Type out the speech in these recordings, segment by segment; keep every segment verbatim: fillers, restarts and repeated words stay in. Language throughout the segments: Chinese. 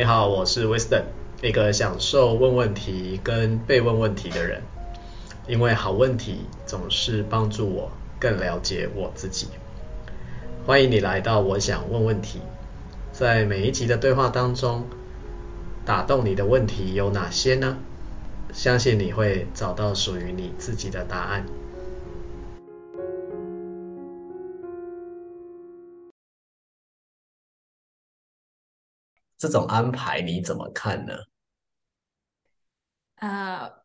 你好，我是 Wisdom，一个享受问问题跟被问问题的人，因为好问题总是帮助我更了解我自己。欢迎你来到我想问问题，在每一集的对话当中，打动你的问题有哪些呢？相信你会找到属于你自己的答案。这种安排你怎么看呢？ 呃，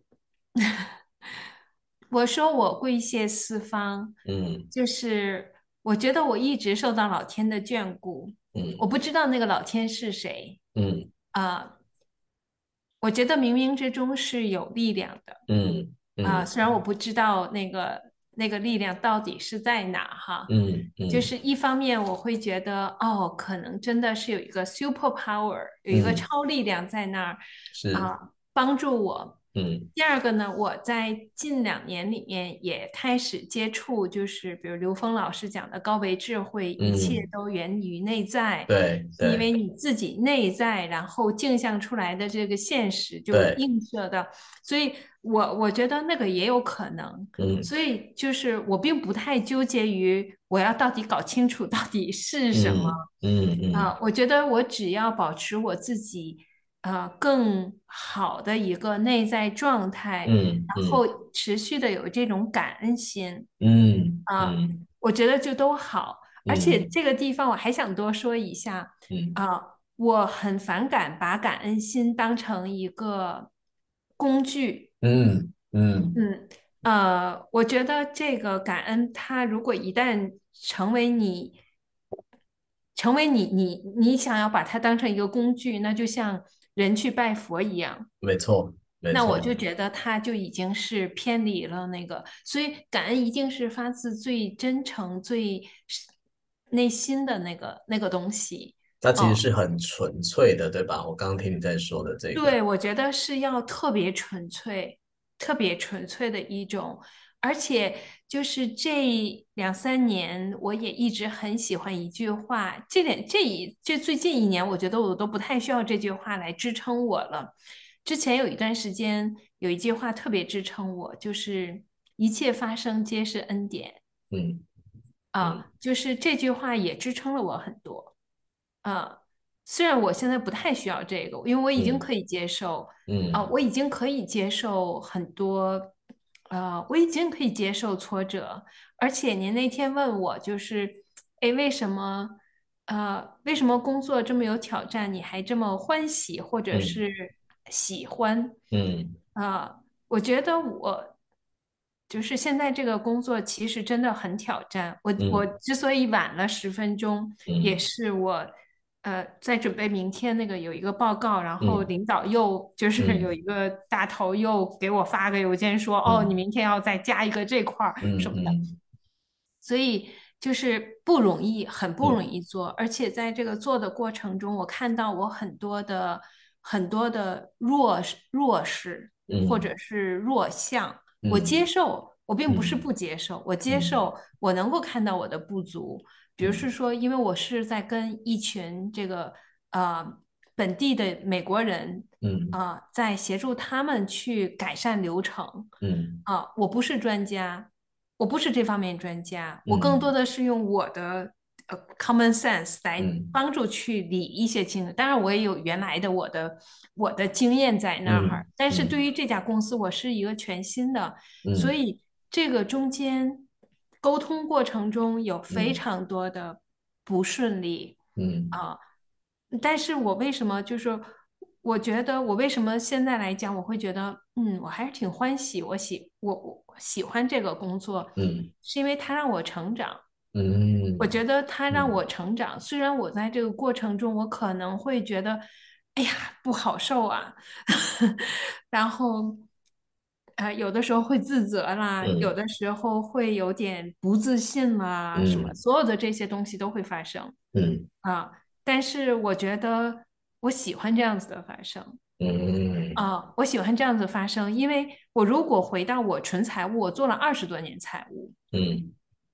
我说我贵谢四方， 嗯就是我觉得我一直受到老天的眷顾，我嗯不知道那个老天是谁嗯啊，我觉得冥冥之中是有力量的嗯啊， 嗯虽然我不知道那个那个力量到底是在哪哈， 嗯嗯就是一方面我会觉得哦，可能真的是有一个 super power，有一个嗯， 超力量在那儿是， 啊，帮助我。 嗯第二个呢，我在近两年里面也开始接触，就是比如刘峰老师讲的高维智慧，一切嗯， 都源于内在， 对对因为你自己内在，然后镜像出来的这个现实就对， 映射的，所以我我觉得那个也有可能， 嗯所以就是我并不太纠结于我要到底搞清楚到底是什么。 嗯嗯啊， 嗯我觉得我只要保持我自己，呃，更好的一个内在状态，然嗯嗯后持续的有这种感恩心， 嗯啊， 嗯我觉得就都好。而且嗯这个地方我还想多说一下， 嗯啊，我很反感把感恩心当成一个工具。 嗯嗯嗯，呃，我觉得这个感恩，它如果一旦成为你，成为你你你想要把它当成一个工具，那就像人去拜佛一样， 没错没那我就错， 觉得它就已经是偏离了那个，所以感恩一定是发自最真诚、最内心的那个那个东西。 它其实哦， 是很纯粹的，对吧？我刚刚听你在说的这个， 对，我觉得是要特别纯粹、特别纯粹的一种，而且就是这两三年，我也一直很喜欢一句话。这点这一这最近一年，我觉得我都不太需要这句话来支撑我了。之前有一段时间，有一句话特别支撑我，就是一切发生皆是恩典嗯嗯啊，就是这句话也支撑了我很多。啊，虽然我现在不太需要这个，因为我已经嗯可以接受，啊， 嗯我已经可以接受很多，呃，我已经可以接受挫折，而且您那天问我，就是，哎，为什么，呃，为什么工作这么有挑战，你还这么欢喜或者嗯是喜欢？ 嗯啊，我觉得我就是现在这个工作其实真的很挑战。我我嗯之所以晚了十分钟，也嗯是我呃在准备明天那个有一个报告，然后嗯领导又就是有嗯一个大头又给我发个邮件说，哦，你嗯明天要再加一个这块儿什么的， 嗯嗯所以就是不容易，很不容嗯易做。而且在这个做的过程中，我看到我很多的很多的弱势弱势或嗯者是弱项。我接嗯受，我并不是嗯不接受，我接嗯受，我能够看到我的不足。比如是说，因为我是在跟一群这个呃本地的美国人嗯啊、呃在协助他们去改善流程嗯啊、我不是专家，我不是这方面专家，我更多嗯的是用我的呃 common sense 来嗯帮助去理一些清楚。当然，我也有原来的我的我的经验在那儿， 嗯但是对嗯于这家公司，我是一个全新的，所嗯以这个中间沟通过程中有非嗯常多的不顺利嗯啊。但是我为什么就是我觉得我为什么现在来讲，我会觉得嗯，我还是挺欢喜，我喜我我喜欢这个工作， 嗯是因为它让我成长。我嗯觉得它让嗯我成长，虽然我在这个过程中，我可能会觉得，哎呀，不好受啊，然后，呃，有的时候会自责啦，有嗯的时候会有点不自信啦，什么， 嗯所有的这些东西都会发生嗯啊。但是我觉得我喜欢这样子的发生。 嗯啊，我喜欢这样子发生，因为我如果回到我纯财务，我做了二十多年财务， 嗯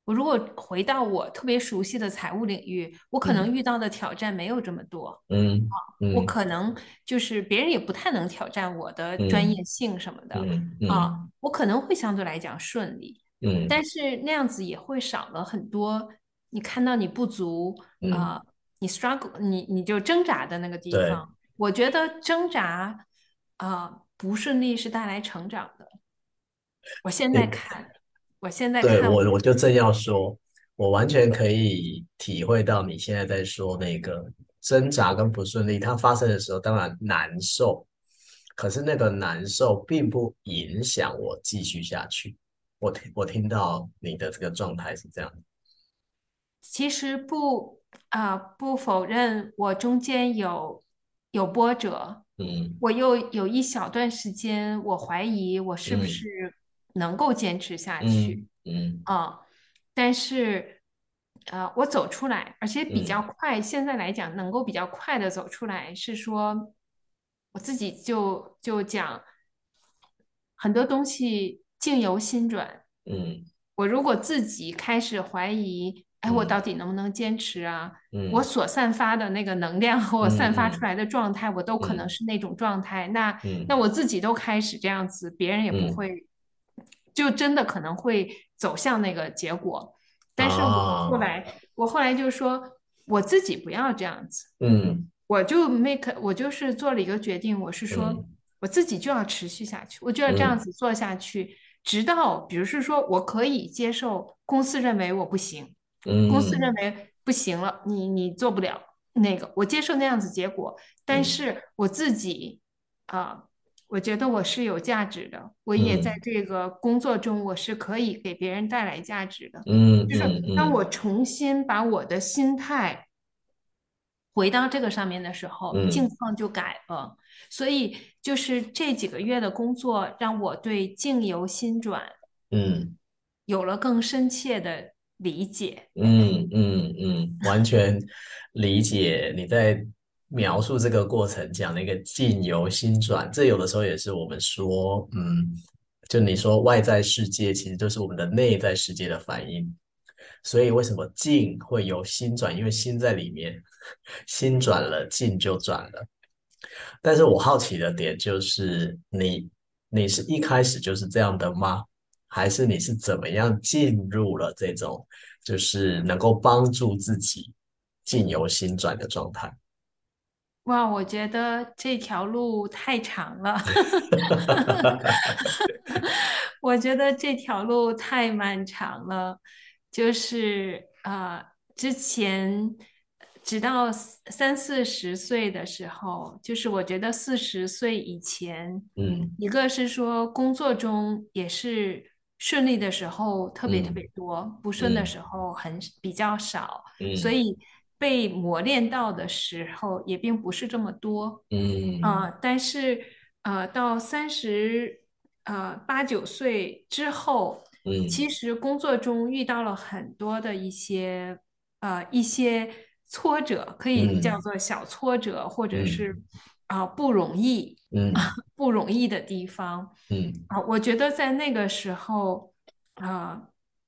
我如果回到我特别熟悉的财务领域，我可能嗯遇到的挑战没有这么多。 嗯我嗯可能就是别人也不太能挑战我的专业嗯性什么的嗯啊， 嗯我可能会相对来讲顺利， 嗯但是那样子也会少了很多你看到你不足嗯， 啊，你 struggle，你你就挣扎的那个地对方。我觉得挣扎啊不顺利是带来成长的。我现在你看，我现在对， 看我。 我我就正要说，我完全可以体会到你现在在说那个挣扎跟不顺利，它发生的时候当然难受，可是那个难受并不影响我继续下去。我听我听到你的这个状态是这样的。 其实不啊、不否认我中间有有波折， 嗯我又有一小段时间我怀疑我是不嗯是能够坚持下去嗯嗯啊、但是呃我走出来，而且比较嗯快，现在来讲能够比较快的走出来，是说我自己就就讲很多东西境由心转。 嗯我如果自己开始怀疑，哎，我到嗯底能不能坚持啊？我嗯所散发的那个能量和我散发出嗯来的状态，我都可能嗯是那种状态。那那嗯我自己都开始这样子，别人也不嗯会，就真的可能会走向那个结果。但是我后啊来，我后来就说，我自己不要这样子。 嗯我就 make 我就是做了一个决定，我是说嗯我自己就要持续下去，我就要这样嗯子做下去，直到比如是说我可以接受公司认为我不行，公司认嗯为不行了，你你做不了那个，我接受那样子结果，但嗯是我自己啊、我觉得我是有价值的，我也在嗯这个工作中我是可以给别人带来价值的， 嗯就是当我嗯嗯重新把我的心态。回到这个上面的时候，境嗯况就改了。所以就是这几个月的工作，让我对境由心转嗯有了更深切的理解。 嗯嗯嗯，完全理解你在描述这个过程，讲那个境由心转，这有的时候也是我们说，嗯，就你说外在世界其实就是我们的内在世界的反应，所以为什么境会由心转？因为心在里面，心转了，境就转了。但是我好奇的点就是你，你是一开始就是这样的吗？还是你是怎么样进入了这种就是能够帮助自己境由心转的状态？ 哇，我觉得这条路太长了，我觉得这条路太漫长了。就是呃，之前直到四三四十岁的时候，就是我觉得四十岁以前， 嗯一个是说工作中也是顺利的时候特别特别嗯多，不顺的嗯时候很比较少。所嗯以被磨练到的时候也并不是这么多， 嗯呃，但是呃，到三十呃八九岁之后，其嗯实工作中遇到了很多的一些呃一些挫折，可以叫嗯做小挫折，或者是嗯啊、不容易嗯不容易的地方嗯啊、我觉得在那个时候。啊、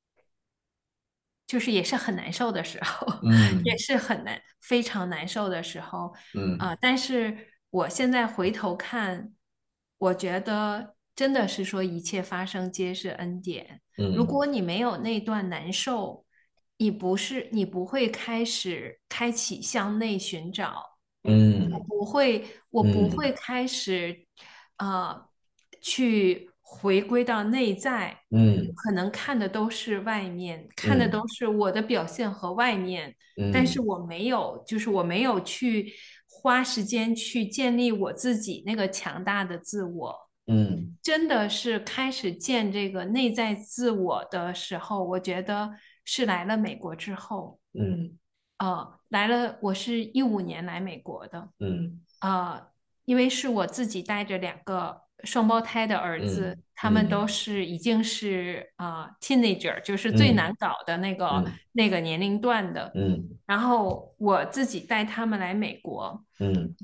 就是也是很难受的时候，也嗯是很难，非常难受的时候，啊、 嗯但是我现在回头看，我觉得真的是说一切发生皆是恩典。如嗯果你没有那段难受，你不是，你不会开始开启向内寻找。我嗯不会，我不会嗯开始，呃，去回归到内在。 嗯可能看的都是外面，看的嗯都是我的表现和外面，但是嗯我没有，就是我没有去花时间去建立我自己那个强大的自我。 嗯真的是开始建这个内在自我的时候，我觉得是来了美国之后。 嗯呃，来了，我是一五年来美国的， 嗯呃，因为是我自己带着两个双胞胎的儿子， 嗯他们都嗯是已经是啊、呃 teenager，就是最难嗯搞的那个嗯那个年龄段的， 嗯然后我自己带他们来美国， 嗯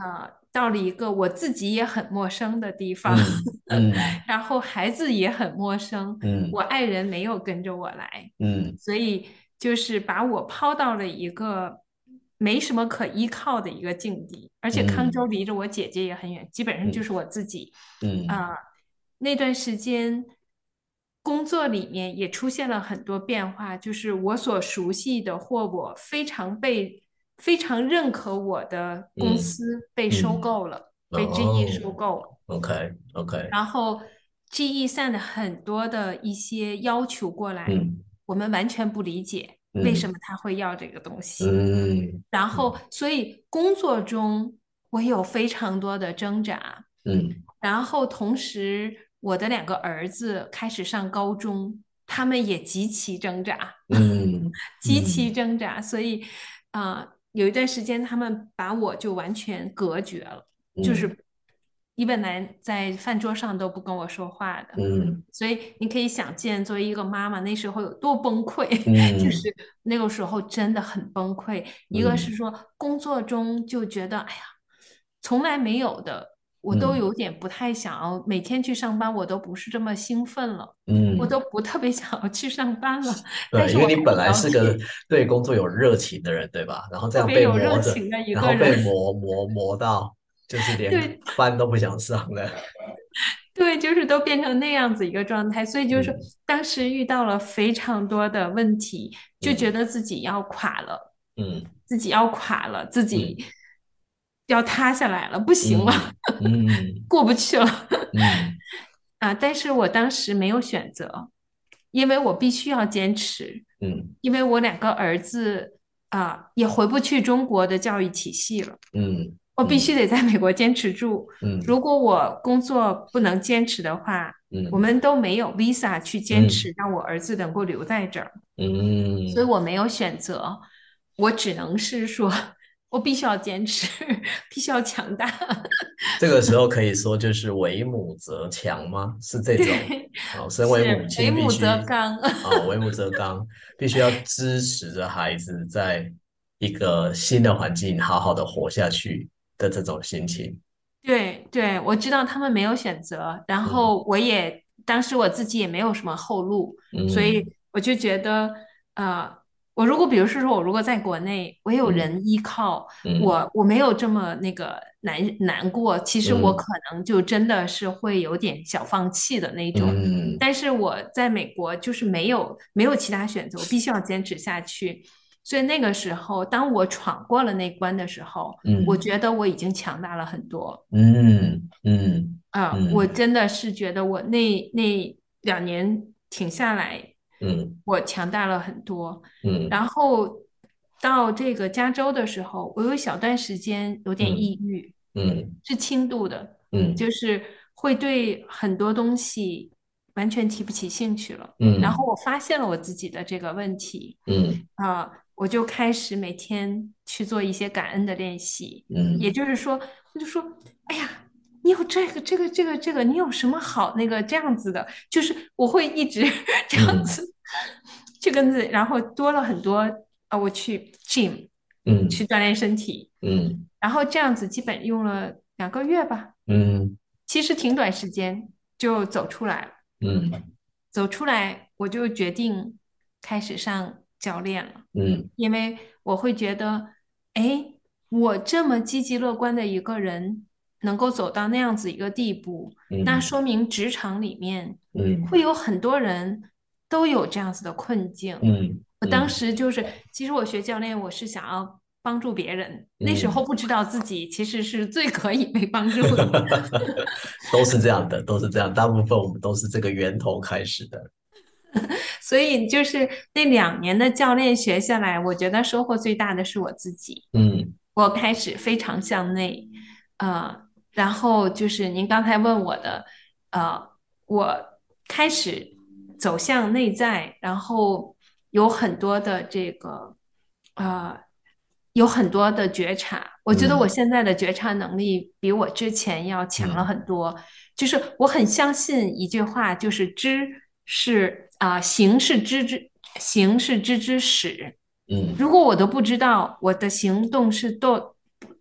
到了一个我自己也很陌生的地方， 嗯嗯然后孩子也很陌生，我嗯爱人没有跟着我来， 嗯所以就是把我抛到了一个没什么可依靠的一个境地，而且康州嗯离着我姐姐也很远，基本上就嗯是我自己。 嗯啊、那段时间工作里面也出现了很多变化，就是我所熟悉的或我非常被非常认可我的公嗯司被收嗯， 购了，被 G E 哦收购。 ，OK OK， 然后 G E 上的很多的一些要求过来， 嗯我们完全不理解为什嗯么他会要这个东西。 嗯然后， 嗯所以工作中我有非常多的挣扎。 嗯然后同时，我的两个儿子开始上高中，他们也极其挣扎， 嗯极其嗯挣扎。所以，啊、有一段时间，他们把我就完全隔绝了，就嗯是一本来在饭桌上都不跟我说话的。 嗯所以你可以想见，作为一个妈妈，那时候有多崩溃，就是嗯那个时候真的很崩溃。一个是嗯说工作中就觉得，哎呀，从来没有的，我都嗯有点不太想要每天去上班，我都不是这么兴奋了，我都嗯， 不特别想要去上班了。但对， 是我还因为你本来是要去， 是个对工作有热情的人，对吧？然后这样被特别有热磨着， 情的一然后被个人。 磨磨磨到，就是连对， 班都不想上了。 对，就是都变成那样子一个状态，所以就是嗯当时遇到了非常多的问题，就觉嗯得自己要垮了， 嗯自己要垮了，自嗯己要塌下来了，不行了， 嗯嗯过不去了。 嗯啊！但是我当时没有选择，因为我必须要坚持， 嗯因为我两个儿子啊也回不去中国的教育体系了。 嗯我必须嗯得在美国坚持住。如嗯果我工作不能坚持的话，我嗯们都没有 visa 去坚嗯持，让我儿子能够留在这儿，所以嗯， 我没有选择，我只能是说，我必须要坚持，必须要强大。 这个时候可以说就是为母则强吗？是这种对， 啊，身为母是为亲必母则须刚。 啊，为母则刚，必须要支持着孩子在一个新的环境好好的活下去的这种心情。 对对，我知道他们没有选择，然嗯后我也当时我自己也没有什么后路，所以嗯我就觉得，呃，我如果比如是说我如果在国内，我有嗯人依靠， 嗯我我没有这么那个难难过，其实我可嗯能就真的是会有点小放弃的那种。 嗯但是我在美国就是没有没有其他选择，我必须要坚持下去。所以那个时候，当我闯过了那关的时候，我嗯觉得我已经强大了很多。 嗯嗯啊，我嗯真的是觉得我那那两年停下来， 嗯我强大了很多。 嗯然后到这个加州的时候，我有一小段时间有点嗯抑郁， 嗯是轻度的， 嗯就是会对很多东西完全提不起兴趣了。然后嗯我发现了我自己的这个问题， 嗯啊，我就开始每天去做一些感恩的练习。也嗯就是说，我就说，哎呀。你有这个这个这个这个，你有什么好那个这样子的？就是我会一直这样嗯子去跟着，然后多了很多啊，我去 gym 去嗯锻炼身体， 嗯然后这样子基本用了两个月吧， 嗯其实挺短时间就走出来了。 嗯走出来，我就决定开始上教练了， 嗯因为我会觉得，哎，我这么积极乐观的一个人，能够走到那样子一个地步，那嗯说明职场里面会嗯有很多人都有这样子的困境。 嗯我当嗯时就是，其实我学教练，我是想要帮助别人，那时候嗯， 不知道自己其实是最可以被帮助的。 都是这样的，都是这样，大部分我们都是这个源头开始的。 所以就是那两年的教练学下来，我觉得收获最大的是我自己。 嗯我开始非常向内，呃，然后就是您刚才问我的，呃，我开始走向内在，然后有很多的这个，呃，有很多的觉察。我觉得我嗯现在的觉察能力比我之前要强了嗯很多。就是我很相信一句话，就是知是啊、行是知之，行是知之始。 嗯如果我都不知道我的行动是都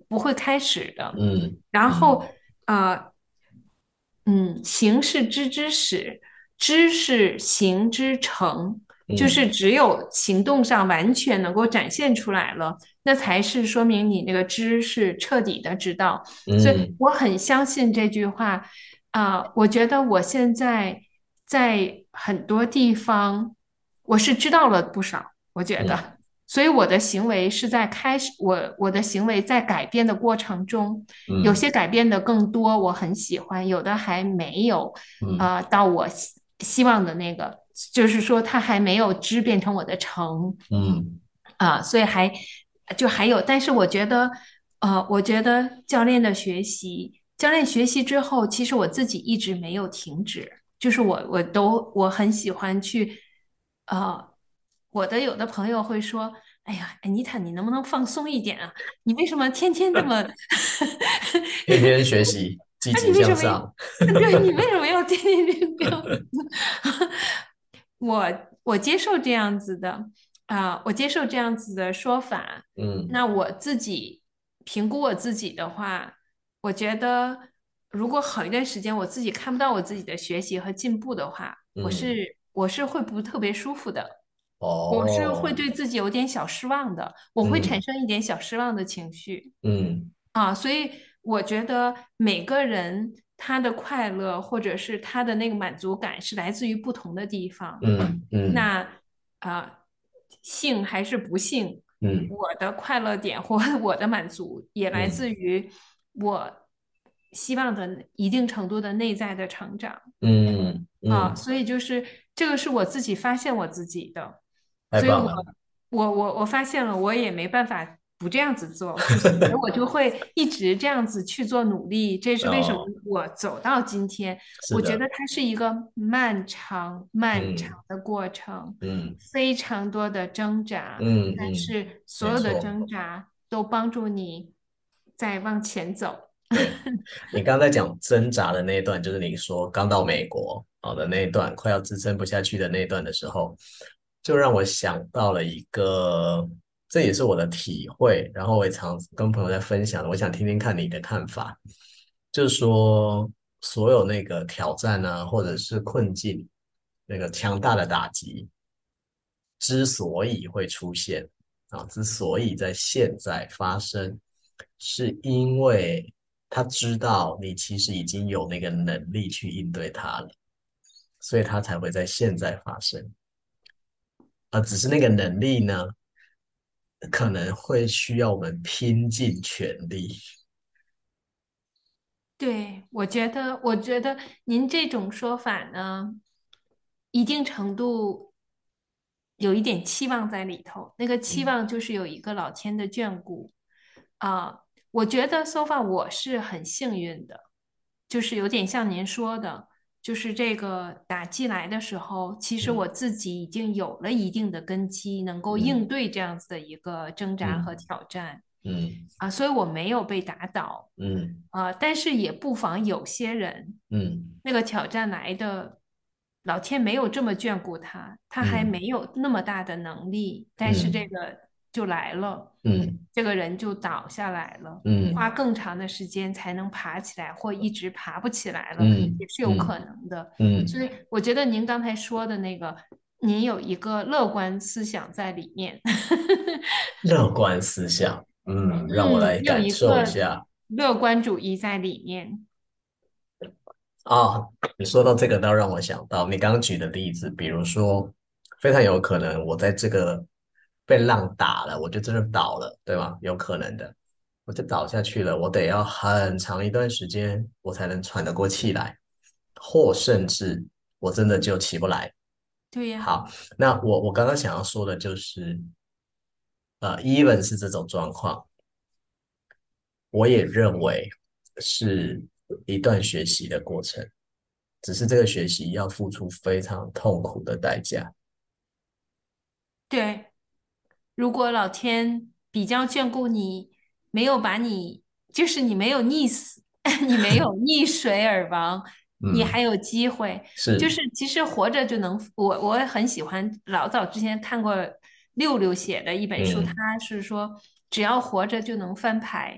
不会开始的。 嗯然后嗯呃，嗯，行是知之始，知是行之成，就是嗯只有行动上完全能够展现出来了，那才是说明你那个知是彻底的知道。所以嗯我很相信这句话。啊、我觉得我现在在很多地方我是知道了不少，我觉嗯得。所以我的行为是在开始，我我的行为在改变的过程中，有嗯些改变的更多，我很喜欢，有的还没有， 嗯呃，到我希希望的那个，就是说它还没有知变成我的成。 嗯啊，所以还就还有，但是我觉得，呃，我觉得教练的学习，教练学习之后，其实我自己一直没有停止，就是我我都我很喜欢去，呃，我的有的朋友会说，哎呀，安妮塔，你能不能放松一点啊？你为什么天天这么， 天天学习，积啊， 极你为什么， 向上。 对，你为什么要天天这个样子？我我接受这样子的啊、我接受这样子的说法。 嗯那我自己评估我自己的话，我觉得如果好一段时间我自己看不到我自己的学习和进步的话，我嗯， 是我是会不特别舒服的，我是会哦， 对自己有点小失望的，我会产嗯生一点小失望的情绪。 嗯啊，所以我觉得每个人他的快乐或者是他的那个满足感是来自于不同的地方。 嗯嗯那啊，幸还是不幸， 嗯我的快乐点或我的满足也来嗯自于我希望的一定程度的内在的成长。 嗯啊， 嗯， 所以就是这个是我自己发现我自己的，所以我太棒了。 我我我发现了，我也没办法不这样子做，就所以我就会一直这样子去做努力。这是为什么哦， 我走到今天，我觉是的， 得它是一个漫长漫长嗯的过程， 嗯非常多的挣扎，但嗯嗯， 是所有的没错。 挣扎都帮助你再往前走。 对，你刚才讲挣扎的那一段，就是你说刚到美国好的那一段，快要支撑不下去的那一段的时候，就让我想到了一个，这也是我的体会，然后我也常跟朋友在分享，我想听听看你的看法，就是说所有那个挑战啊，或者是困境，那个强大的打击，之所以会出现啊，之所以在现在发生，是因为他知道你其实已经有那个能力去应对它了，所以他才会在现在发生。啊，只是那个能力呢，可能会需要我们拼尽全力。 对，我觉得，我觉得您这种说法呢，一定程度有一点期望在里头。那个期嗯望就是有一个老天的眷顾啊。我觉得 so far 我是很幸运的，就是有点像您说的，就是这个打击来的时候，其实我嗯自己已经有了一定的根基，能够应嗯对这样子的一个挣扎和嗯挑战。 嗯啊，所以我没有被打倒。 嗯啊，但是也不妨有些人， 嗯那个挑战来的，老天没有这么眷顾他，他还没嗯有那么大的能力，但是这嗯个就来了， 嗯这个人就倒下来了，花嗯更长的时间才能爬起来，或一直爬不起来了， 嗯也是有可嗯能的。所嗯， 以我觉得您刚才说的那个，您有一个乐观思想在里面。 乐观思想，嗯，让我嗯， 来有感受一一个下。 乐观主义在里面。 啊，你说到这个，倒让我想到你刚刚举的例子，比如说，非常有可能我在这个被浪打了，我就真的倒了，对吗？有可能的，我就倒下去了，我得要很长一段时间，我才能喘得过气来，或甚至我真的就起不来。 对呀。 好，那我我刚刚想要说的就是，呃，even 是这种状况，我也认为是一段学习的过程。只是这个学习要付出非常痛苦的代价。 对，如果老天比较眷顾你，没有把你，就是你没有溺死，你没有溺水而亡，你还嗯， 有机会。就是， 是其实活着就能，我我也很喜欢，老早之前看过六六写的一本书， 嗯他是说只要活着就能翻牌。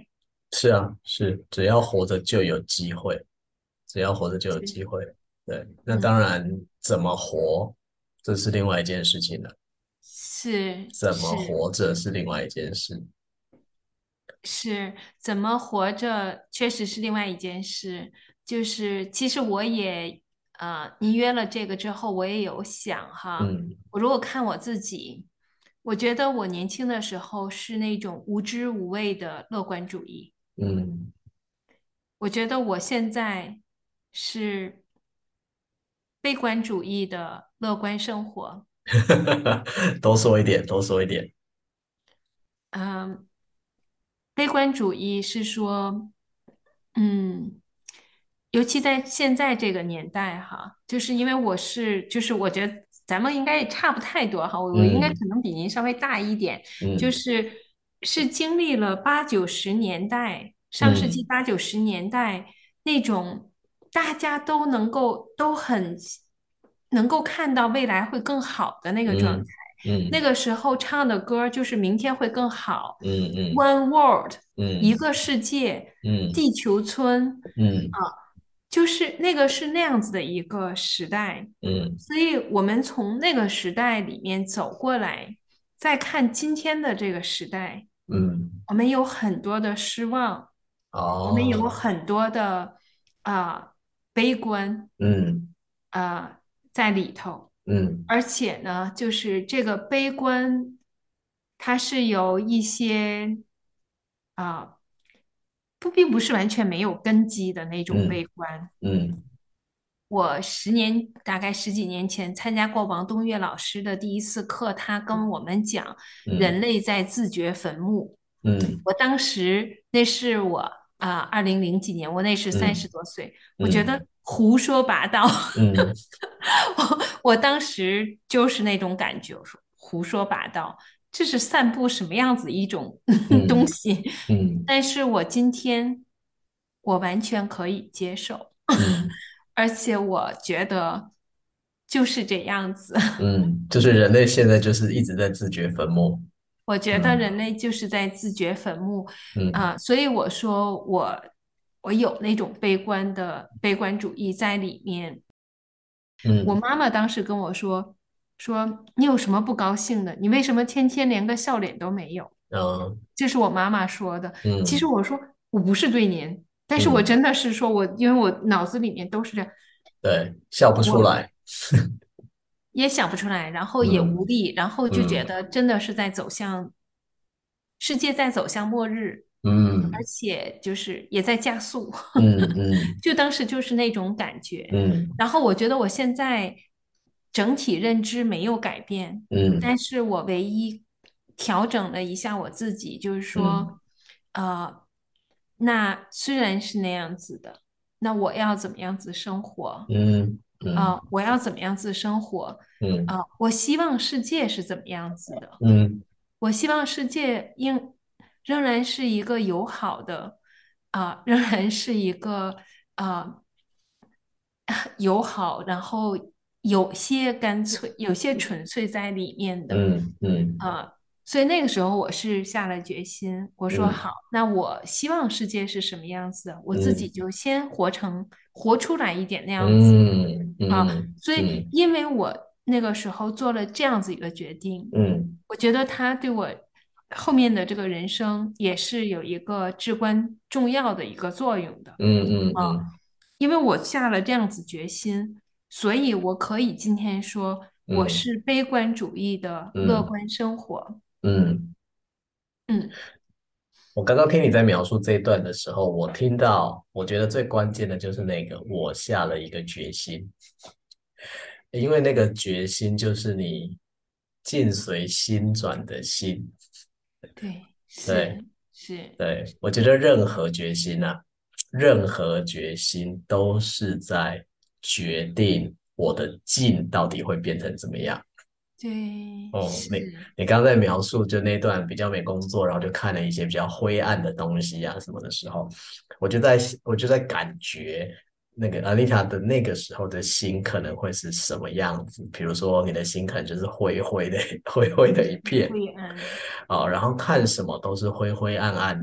是啊，是，只要活着就有机会，只要活着就有是， 机会。对，那当嗯， 然怎么活，这是另外一件事情了。 是怎么是。 活着是另外一件事。 是怎么活着，确实是另外一件事。就是其实我也，呃，您约了这个之后，我也有想哈， 嗯我如果看我自己，我觉得我年轻的时候是那种无知无畏的乐观主义， 嗯， 我觉得我现在是悲观主义的乐观生活。 多说一点，多说一点。 嗯，悲观主义是说，嗯，尤其在现在这个年代哈，就是因为我是，就是我觉得咱们应该也差不太多哈，我我应该嗯可能比您稍微大一点，就嗯是是经历了八九十年代，上世纪嗯八九十年代那种大家都能够都很能够看到未来会更好的那个状态。 嗯嗯那个时候唱的歌就是明天会更好嗯嗯 ，One World，一嗯个世界， 嗯地球村啊， 嗯就是那个是那样子的一个时代， 嗯所以我们从那个时代里面走过来，再看今天的这个时代， 嗯， 我们有很多的失望，我们有哦， 很多的啊、悲观嗯啊、在里头。 嗯而且呢，就是这个悲观，它是由一些啊、不，并不是完全没有根基的那种嗯悲观。 嗯我十年，大概十几年前参加过王东岳老师的第一次课，他跟我们讲人嗯类在自掘坟墓。 嗯我当时那是我啊，二零零几年，我那时三十嗯多岁，我觉嗯得胡说八道。 嗯我我当时就是那种感觉，我说胡说八道，这是散布什么样子一种东嗯西？ 嗯但是我今天我完全可以接受， 嗯而且我觉得就是这样子。 嗯，就是人类现在就是一直在自掘坟墓。 我觉得嗯人类就是在自掘坟墓嗯啊，所以我说我我有那种悲观的悲观主义在里面。我嗯妈妈当时跟我说说你有什么不高兴的？你为什么天天连个笑脸都没有？ 嗯这是我妈妈说的。其实嗯我说我不是对您，但是我嗯， 真的是说我，因为我脑子里面都是这样， 对，笑不出我来。 也想不出来，然后也嗯无力，然后就觉嗯得真的是在走向世界在走向末日，而嗯且就是也在加速， 嗯嗯就当时就是那种感觉。 嗯然后我觉得我现在整体认知没有改变， 嗯但是我唯一调整了一下我自己，就是嗯说，呃，那虽然是那样子的，那我要怎么样子生活？ 嗯嗯啊、我要怎么样子生活？ 嗯啊、我希望世界是怎么样子的？ 嗯我希望世界应仍然是一个友好的，啊、仍然是一个啊、友好，然后有些干脆，有些纯粹在里面的， 嗯嗯啊、所以那个时候我是下了决心，我说嗯好，那我希望世界是什么样子的，我自己嗯就先活成活出来一点那样子。 嗯啊， 嗯所以嗯因为我那个时候做了这样子一个决定， 嗯我觉得他对我后面的这个人生也是有一个至关重要的一个作用的嗯嗯啊， 嗯因为我下了这样子决心，所以我可以今天说我嗯是悲观主义的乐嗯观生活。 嗯， 嗯， 我刚刚听你在描述这一段的时候，我听到，我觉得最关键的就是那个我下了一个决心，因为那个决心就是你境随心转的心。 对， 对是是， 对，我觉得任何决心啊，任何决心都是在决定我的境到底会变成怎么样。 对哦，你是， 你刚刚在描述就那段比较没工作，然后就看了一些比较灰暗的东西啊什么的时候，我就在我就在感觉那个 Anita 的那个时候的心可能会是什么样子。比如说你的心可能就是灰灰的灰灰的一片， 灰暗， 哦，然后看什么都是灰灰暗暗的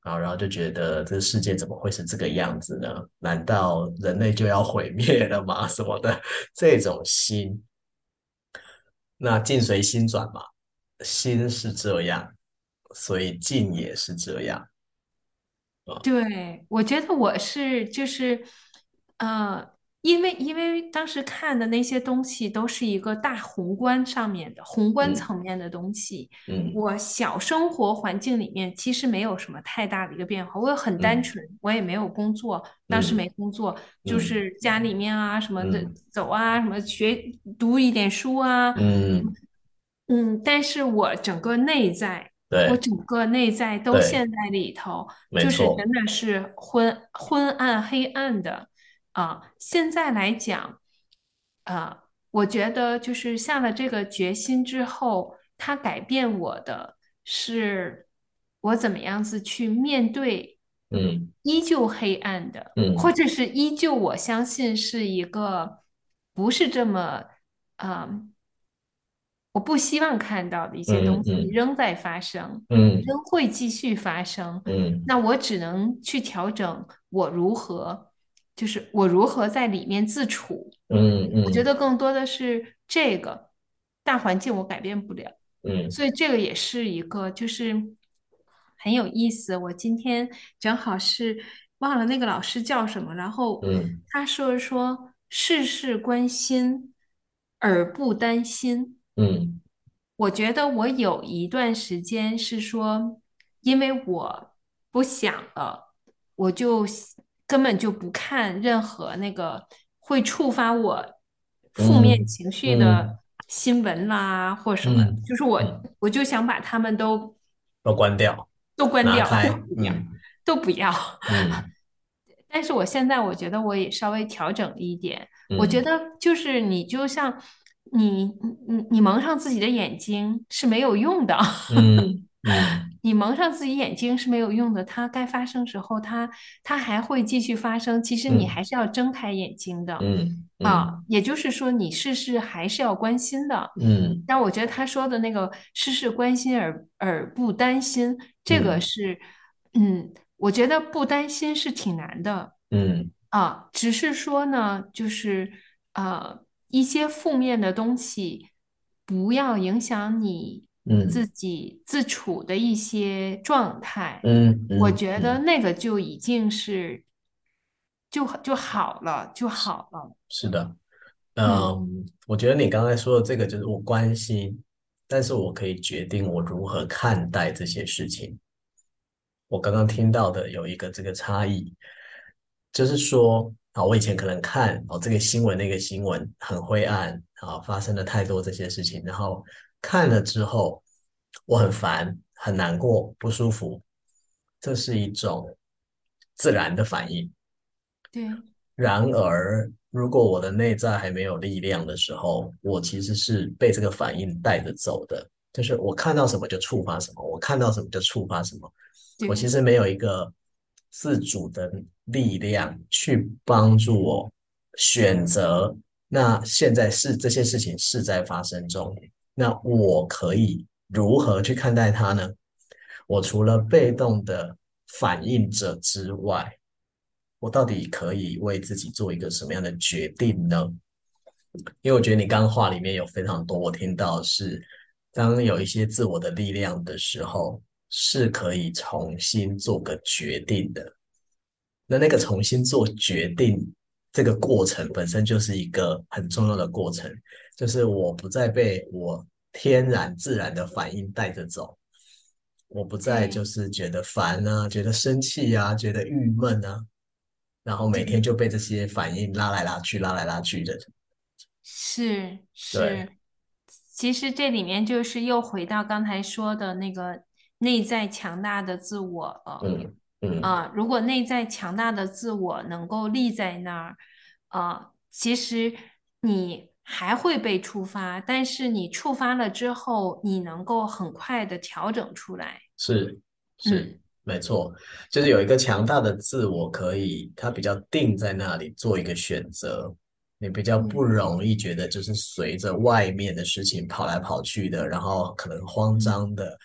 啊，然后就觉得这个世界怎么会是这个样子呢？难道人类就要毁灭了吗？什么的这种心，那境随心转嘛，心是这样，所以境也是这样啊。 对，我觉得我是就是，呃，因为因为当时看的那些东西都是一个大宏观上面的宏观嗯层面的东西， 嗯我小生活环境里面其实没有什么太大的一个变化，我很单嗯纯，我也没有工作，当时没嗯工作，就嗯是家里面啊什么的嗯走啊，什么学读一点书啊， 嗯， 嗯，但是我整个内在。我对整个内在都对， 陷在里头，就是没错， 真的是昏昏暗黑暗的啊。现在来讲，啊，我觉得就是下了这个决心之后，它改变我的是我怎么样子去面对嗯依旧黑暗的，或嗯者是依旧我相信是一个不是这么。嗯，我不希望看到的一些东西嗯嗯仍在发生， 嗯仍会继续发生。 嗯那我只能去调整我如何，就是我如何在里面自处。我觉嗯嗯得更多的是这个大环境我改变不了， 嗯所以这个也是一个就是很有意思。我今天正好是忘了那个老师叫什么，然后嗯他说说事事关心而不担心。 嗯我觉得我有一段时间是说，因为我不想了，我就根本就不看任何那个会触发我负面嗯情绪嗯的新闻啦，或什么， 嗯就是我嗯， 我就想把他们都都关掉， 都关掉，都拿开， 不要， 嗯都不要。 嗯但是我现在我觉得我也稍微调整了一点，我觉嗯得就是你就像你你你你蒙上自己的眼睛是没有用的， 嗯嗯你蒙上自己眼睛是没有用的，它该发生时候它它还会继续发生，其实你嗯还是要睁开眼睛的嗯啊， 嗯也就是说你事事还是要关心的。 嗯但我觉得他说的那个事事关心而而不担心，这个嗯是，嗯，我觉得不担心是挺难的。 嗯啊，只是说呢，就是呃，一些负面的东西不要影响你自嗯己自处的一些状态， 嗯我觉得嗯嗯， 那个就已经是就就好了，就好了。 是的。 嗯， 嗯，我觉得你刚才说的这个就是我关心，但是我可以决定我如何看待这些事情。我刚刚听到的有一个这个差异，就是说啊，我以前可能看哦这个新闻那个新闻很灰暗啊，发生了太多这些事情，然后看了之后我很烦、很难过、不舒服，这是一种自然的反应。 对然而，如果我的内在还没有力量的时候，我其实是被这个反应带着走的。就是我看到什么就触发什么，我看到什么就触发什么。我其对实没有一个自主的力量去帮助我选择。那现在是这些事情是在发生中，那我可以如何去看待它呢？我除了被动的反应者之外，我到底可以为自己做一个什么样的决定呢？因为我觉得你刚刚话里面有非常多，我听到是，当有一些自我的力量的时候，是可以重新做个决定的。那那个重新做决定这个过程本身就是一个很重要的过程，就是我不再被我天然自然的反应带着走，我不再就对是觉得烦啊，觉得生气啊，觉得郁闷啊，然后每天对， 就被这些反应拉来拉去、拉来拉去的。 是对， 是。其实这里面就是又回到刚才说的那个内在强大的自我了。 嗯嗯啊，如果内在强大的自我能够立在那儿，啊，其实你还会被触发，但是你触发了之后，你能够很快的调整出来。 是是嗯， 没错，就是有一个强大的自我，可以它比较定在那里做一个选择，你比较不对， 容易觉得就是随着外面的事情跑来跑去的，然后可能慌嗯， 张的，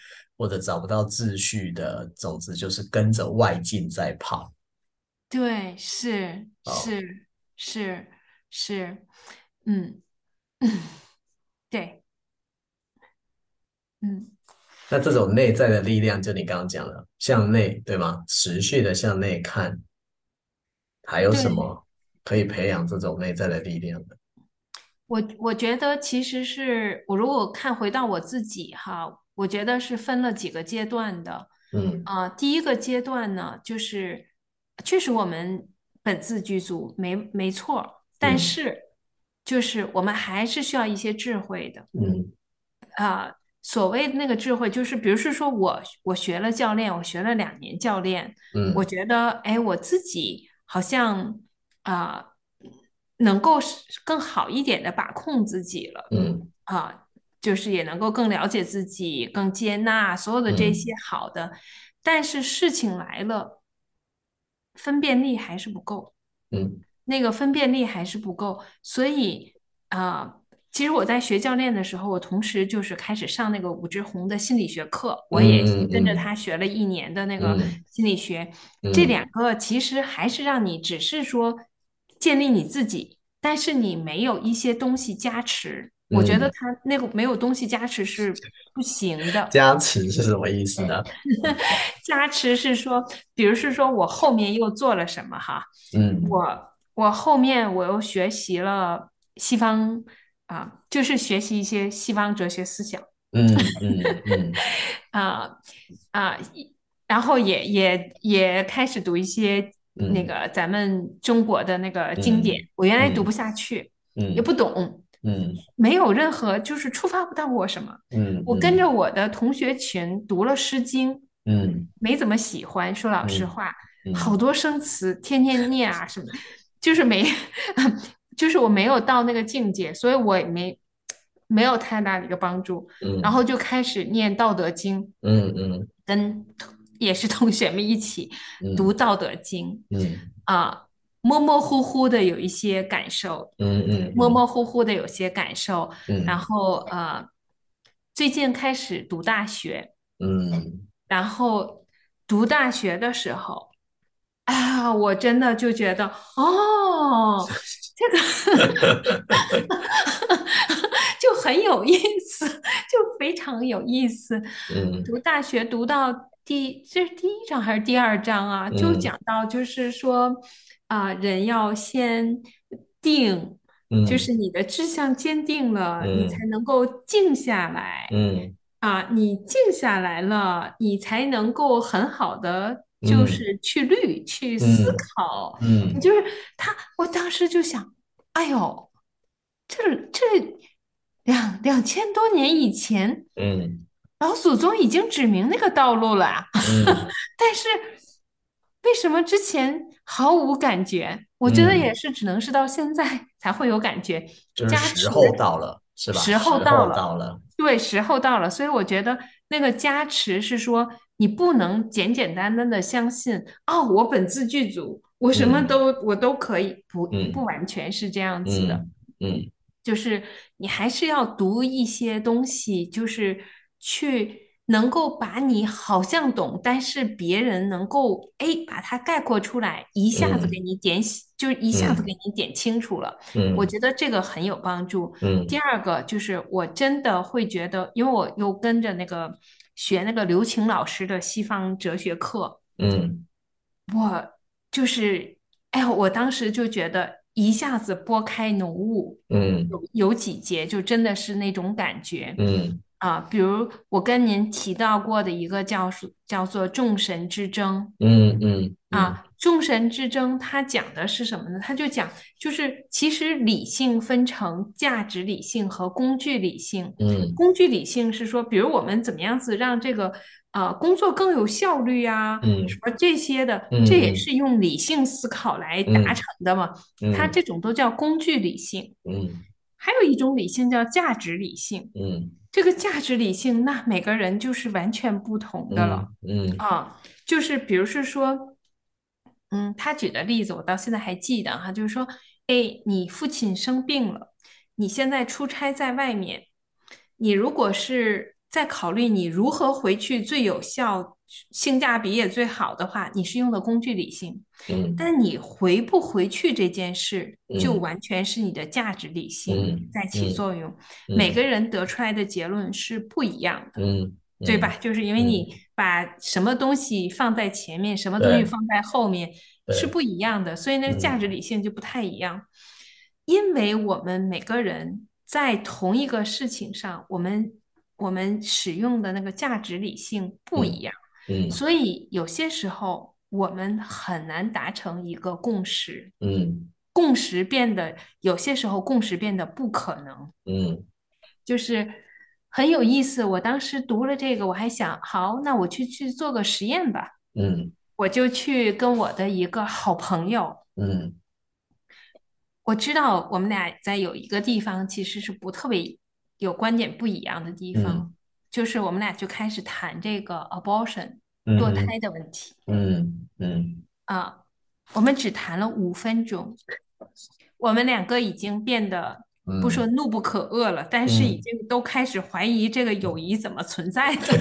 或者找不到秩序的，总之就是跟着外境在跑。 对，是哦， 是是是，嗯对，嗯。 那这种内在的力量，就你刚刚讲了，向内，对吗？持续的向内看，还有什对。 么可以培养这种内在的力量的？ 我我觉得其实是我如果看回到我自己哈，我觉得是分了几个阶段的。 嗯啊、第一个阶段呢，就是确实我们本自具足，没没错儿，但嗯是就是我们还是需要一些智慧的。 嗯啊、所谓的那个智慧，就是比如是说我我学了教练，我学了两年教练，我嗯觉得哎，我自己好像啊、能够是更好一点的把控自己了嗯啊、就是也能够更了解自己，更接纳所有的这些嗯好的，但是事情来了，分辨力还是不够。 嗯那个分辨力还是不够，所以啊、呃其实我在学教练的时候，我同时就是开始上那个武志红的心理学课，我也嗯跟着嗯他学了一年的那个嗯心理学。这嗯两个其实还是让你只是说建立你自己，但是你没有一些东西加持。我觉得嗯， 他那个没有东西加持是不行的。 加持是什么意思呢？ 加持是说，比如是说我后面又做了什么哈， 嗯我我后面我又学习了西方啊，就是学习一些西方哲学思想嗯嗯嗯啊啊，一然后也也也开始读一些那嗯个咱们中国的那个经典， 嗯我原来读不嗯下去，也不嗯懂， 嗯没有任何就是触发不到我什么。我跟着嗯嗯我的同学群读了《诗经》， 嗯没怎么喜欢，说老实嗯话，好嗯多生词，天天念啊什么，就是没，就是我没有到那个境界，所以我也没没有太大的一个帮助。然后嗯就开始念《道德经》， 嗯嗯跟也是同学们一起读嗯 《道德经》 嗯啊，模模糊糊的有一些感受， 嗯嗯嗯模模糊糊的有些感受，然嗯后呃，最近开始读大学， 嗯然后读大学的时候。啊，我真的就觉得，哦，这个就很有意思，就非常有意思。 嗯读大学读到第，这是第一章还是第二章啊？就嗯讲到就是说，啊、人要先定，就是嗯你的志向坚定了，你才嗯能够静下来。 嗯啊，你静下来了，你才能够很好的就嗯是去虑、去思嗯考。你嗯就是他，我当时就想，哎呦，这这两两千多年以前， 嗯老祖宗已经指明那个道路了啊， 嗯但是为什么之前毫无感觉？我觉得也嗯， 是，只能是到现在才会有感觉。 就是加持时候到了，是吧？ 时候时候到了， 到了。 对，时候到了，所以我觉得那个加持是说，你不能简简单单的相信，哦，我本自具足，我什么嗯都我都可以，不不嗯完全是这样子的。 嗯嗯就是你还是要读一些东西，就是去能够把你好像懂，但是别人能够哎把它概括出来，一下子给嗯你点醒，就是一下子给嗯你点清楚了。我嗯觉得这个很有帮助。第嗯二个就是我真的会觉得，因为我又跟着那个学那个刘擎老师的西方哲学课， 嗯我就是哎呀，我当时就觉得一下子拨开浓雾。 嗯有有几节就真的是那种感觉嗯啊，比如我跟您提到过的一个叫是叫做众神之争嗯嗯嗯啊，众神之争它讲的是什么呢？它就讲就是其实理性分成价值理性和工具理性。 嗯工具理性是说，比如我们怎么样子让这个呃工作更有效率啊，什嗯么这些的，这也嗯是用理性思考来达成嗯的嘛。它嗯这种都叫工具理性。 嗯还有一种理性叫价值理性， 嗯这个价值理性，那每个人就是完全不同的了嗯嗯啊。就是比如是说，嗯，他举的例子我到现在还记得哈，就是说，哎，你父亲生病了，你现在出差在外面，你如果是在考虑你如何回去最有效、性价比也最好的话，你是用的工具理性。 嗯但你回不回去这件事，就嗯完全是你的价值理性嗯在起嗯作用。每嗯个人得出来的结论是不一样的。 嗯对吧？ 嗯就是因为嗯， 你把什么东西放在前面，什么东西对放在后面是对， 不一样的，所以那个价值嗯理性就不太一样。因为我们每个人在同一个事情上，我们我们使用的那个价值理性不一嗯样， 嗯所以有些时候我们很难达成一个共识， 嗯共识变得有些时候共识变得不可能。 嗯就是很有意思。我当时读了这个，我还想，好，那我去去做个实验吧。 嗯我就去跟我的一个好朋友， 嗯我知道我们俩在有一个地方其实是不特别有观点不一样的地嗯方，就是我们俩就开始谈这个 abortion 堕胎嗯的问题嗯嗯啊。我们只谈了五分钟，我们两个已经变得不说嗯怒不可遏了，但是已嗯， 经都开始怀疑这个友谊怎么存在的。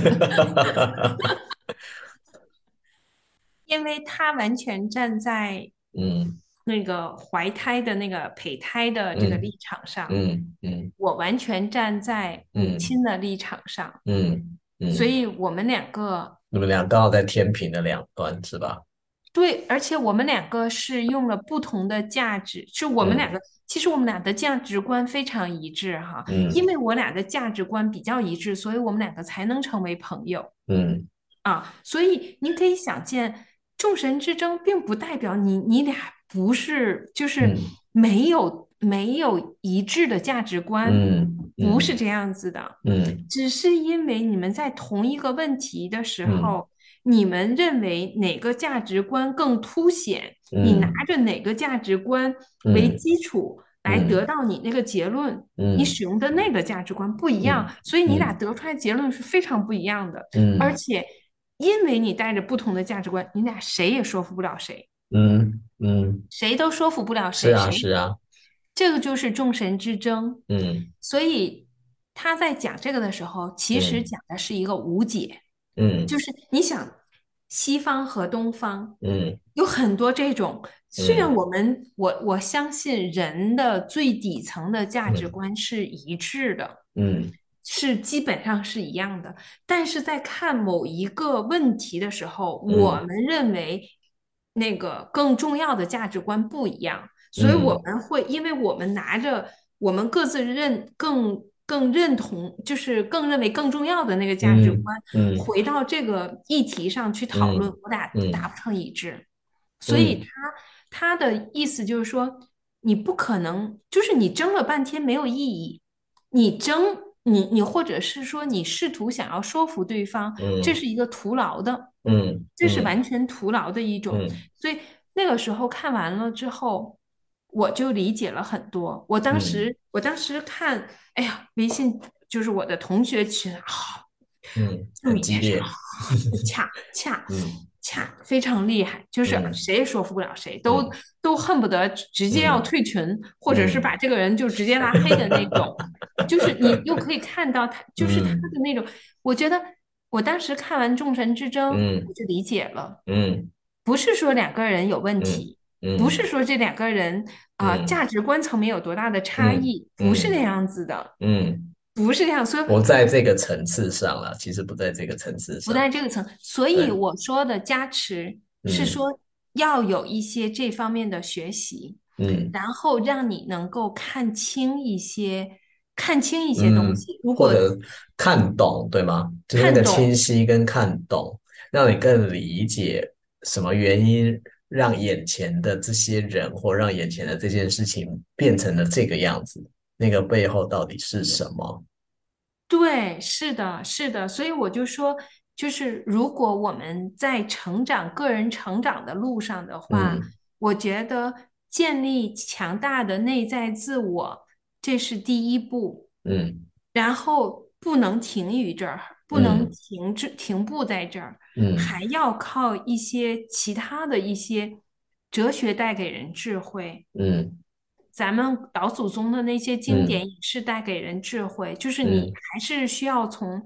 因为他完全站在嗯那个怀胎的那个胚胎的这个嗯立场上， 嗯嗯我完全站在母嗯亲的立场上， 嗯所嗯， 以我们两个你们俩刚好在天平的两端是吧？ 对，而且我们两个是用了不同的价值，是我们两嗯个，其实我们俩的价值观非常一致哈，因嗯为我俩的价值观比较一致，所以我们两个才能成为朋友。 嗯啊，所以你可以想见，众神之争并不代表你你俩不是就是嗯没有没有一致的价值观， 嗯嗯不是这样子的， 嗯只是因为你们在同一个问题的时嗯候，你们认为哪个价值观更凸显，你拿嗯着哪个价值观为嗯基础来得到你那个结论。你嗯使用的那个价值观不一样， 嗯所以你俩嗯得出来结论是非常不一样的。而嗯且因为你带着不同的价值观，你俩谁也说服不了谁， 嗯嗯， 谁都说服不了是谁，谁啊是啊， 这个就是众神之争。 嗯所以他在讲这个的时候，其实嗯讲的是一个无解，就嗯是你想，西方和东方嗯有很多这种，虽然嗯我们我我相信人的最底层的价值嗯观是一致的。 嗯是基本上是一样的，但是在看某一个问题的时候，我嗯们认为那个更重要的价值观不一样，所以我嗯们会，因为我们拿着我们各自认更更认同，就是更认为更重要的那个价值嗯观， 嗯回到这个议题上去讨论， 嗯我俩达嗯不成一致，所以他嗯他的意思就是说，你不可能，就是你争了半天没有意义。你争你你或者是说你试图想要说服对方，这嗯是一个徒劳的， 嗯这是完全徒劳的一种。 嗯所以那个时候看完了之后，我就理解了很多。我当嗯时我当时看，哎呀，微信就是我的同学群啊， 嗯， 就很已经是啊激烈， 掐掐嗯掐，非常厉害，就是嗯谁也说服不了谁，都嗯都恨不得直接要嗯退群，或者是把嗯这个人就直接拉黑的那种。就是你又可以看到他，就是他嗯的那种。我觉得我当时看完《众神之争》，我嗯就理解了， 嗯不是说两个人有问嗯题，不是嗯说这两个人啊、呃嗯价值观层面有多大的差嗯异，不是那嗯样子的， 嗯， 不是这样。所以不在这个层次上了，其实不在这个层次不上， 在这个层，所以对， 我说的加持是嗯说要有一些这方面的学习， 嗯然后让你能够看清一些，看清一些东嗯， 西。如果或者看懂，对吗？就是那个清看懂， 晰跟看懂，让你更理解什么原因让眼前的这些人或让眼前的这件事情变成了这个样子，那个背后到底是什么？ 对，是的，是的，所以我就说，就是如果我们在成长、个人成长的路上的话， 嗯我觉得建立强大的内在自我，这是第一步。 嗯然后不能停于这儿，不能嗯停滞停步在这儿， 嗯还要靠一些其他的一些哲学带给人智慧。 嗯咱们老祖宗的那些经嗯典也是带给人智慧，就是你嗯还是需要从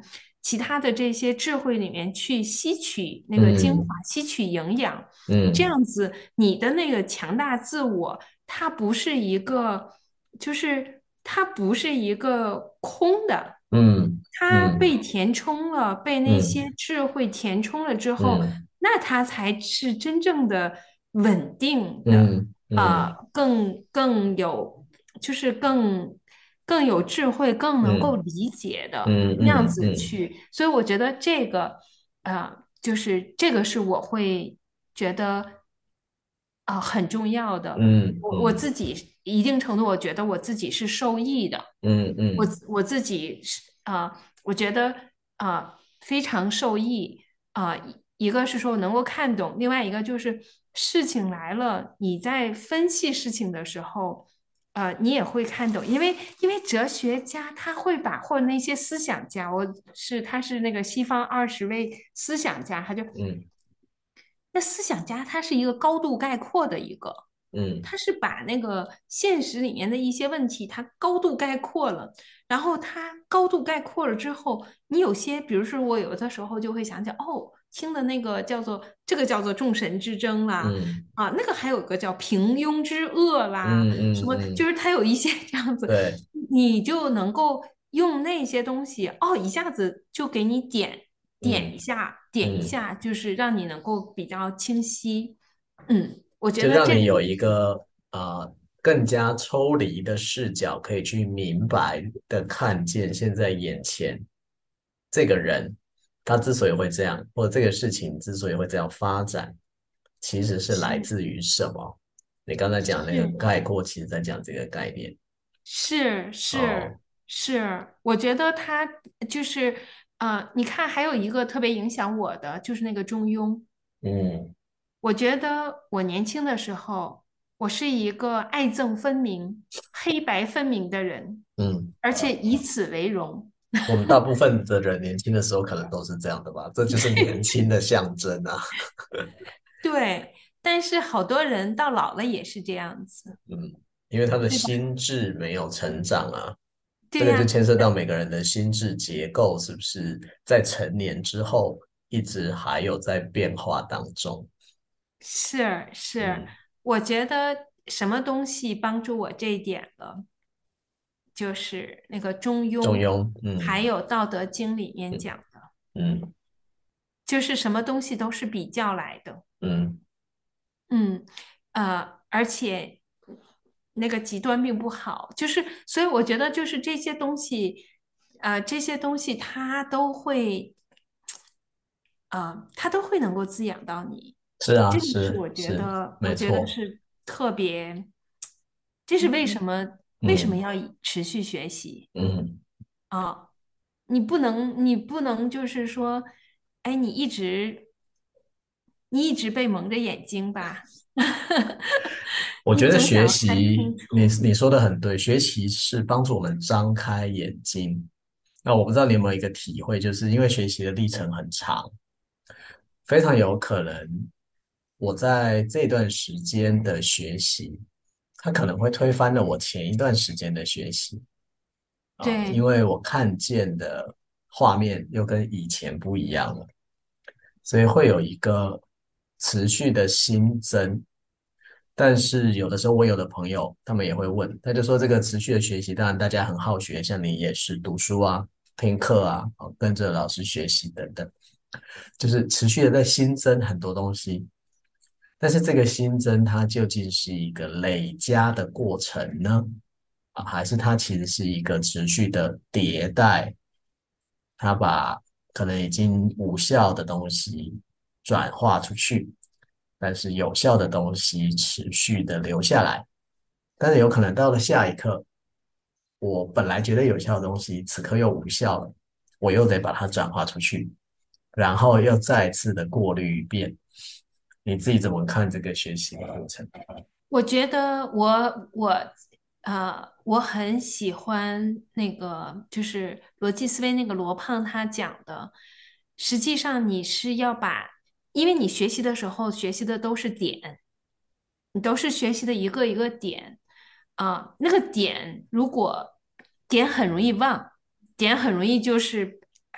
其他的这些智慧里面去吸取那个精华， 嗯吸取营养，这嗯样子你的那个强大自我，它不是一个，就是它不是一个空的。 嗯它被嗯填充了，被那些嗯智慧填充了之后， 嗯那它才是真正的稳定的， 嗯啊、 嗯更更有，就是更更有智慧，更能够嗯理解的嗯那样嗯嗯子去。所以我觉得这个，啊，就是这个是我会觉得啊、很重要的。我我嗯嗯自己一定程度，我觉得我自己是受益的。 嗯我嗯我自己是啊、我觉得啊、非常受益啊、一一个是说能够看懂，另外一个就是事情来了，你在分析事情的时候，呃，你也会看懂，因为因为哲学家他会把或者那些思想家，我是他是那个西方二十位思想家，他就嗯那思想家他是一个高度概括的一个。 嗯他是把那个现实里面的一些问题，他高度概括了，然后他高度概括了之后，你有些，比如说我有的时候就会想起，哦，听的那个叫做这个叫做众神之争啦， 嗯啊，那个还有个叫平庸之恶啦， 嗯什么，就嗯嗯， 是他有一些这样子， 对， 你就能够用那些东西，哦，一下子就给你点点一嗯下，点一嗯。 下，就是让你能够比较清晰。嗯，我觉就得这个。 让你有一个呃更加抽离的视角，可以去明白的看见现在眼前这个人，他之所以会这样，或者这个事情之所以会这样发展，其实是来是自于什么？你刚才讲那个是概括，其实在讲这个概念。 是是哦， 是，我觉得他就是呃，你看，还有一个特别影响我的，就是那个中庸。 嗯我觉得我年轻的时候，我是一个爱憎分明、黑白分明的人， 嗯， 而且以此为荣。 我们大部分的人年轻的时候可能都是这样的吧，这就是年轻的象征啊。 对，但是好多人到老了也是这样子， 嗯，因为他的对吧？ 心智没有成长啊。这个就对呀， 牵涉到每个人的心智结构是不是在成年之后一直还有在变化当中。 是是， 嗯， 我觉得什么东西帮助我这一点了？就是那个中庸， 中庸，嗯还有《道德经》里面嗯讲的， 嗯就是什么东西都是比较来的。 嗯， 嗯，呃，而且那个极端并不好，就是所以我觉得就是这些东西，呃，这些东西它都会，啊、它都会能够滋养到你。 是啊， 这个是是我觉是， 得，我觉得没错。 是特别，这是为什么为什么嗯要以持续学习？ 嗯， 啊，你不能，你不能就是说，哎，你一直你一直被蒙着眼睛吧， 我你觉得学总想要看习，你清楚。 你说的很对，学习是帮助我们张开眼睛。那我不知道你有没有一个体会，就是因为学习的历程很长，非常有可能我在这段时间的学习，它可能会推翻了我前一段时间的学习啊，因对为我看见的画面又跟以前不一样了，所以会有一个持续的新增。但是有的时候，我有的朋友他们也会问，他就说这个持续的学习，当然大家很好学，像你也是读书啊、听课啊、哦跟着老师学习等等，就是持续的在新增很多东西。但是这个新增它究竟是一个累加的过程呢？啊，还是它其实是一个持续的迭代？它把可能已经无效的东西转化出去，但是有效的东西持续的留下来。但是有可能到了下一刻，我本来觉得有效的东西，此刻又无效了，我又得把它转化出去，然后又再次的过滤一遍。你自己怎么看这个学习的过程？ 我觉得我我呃，我很喜欢那个就是逻辑思维那个罗胖他讲的，实际上你是要把，因为你学习的时候学习的都是点，你都是学习的一个一个点啊，那个点如果点很容易忘，点很容易就是。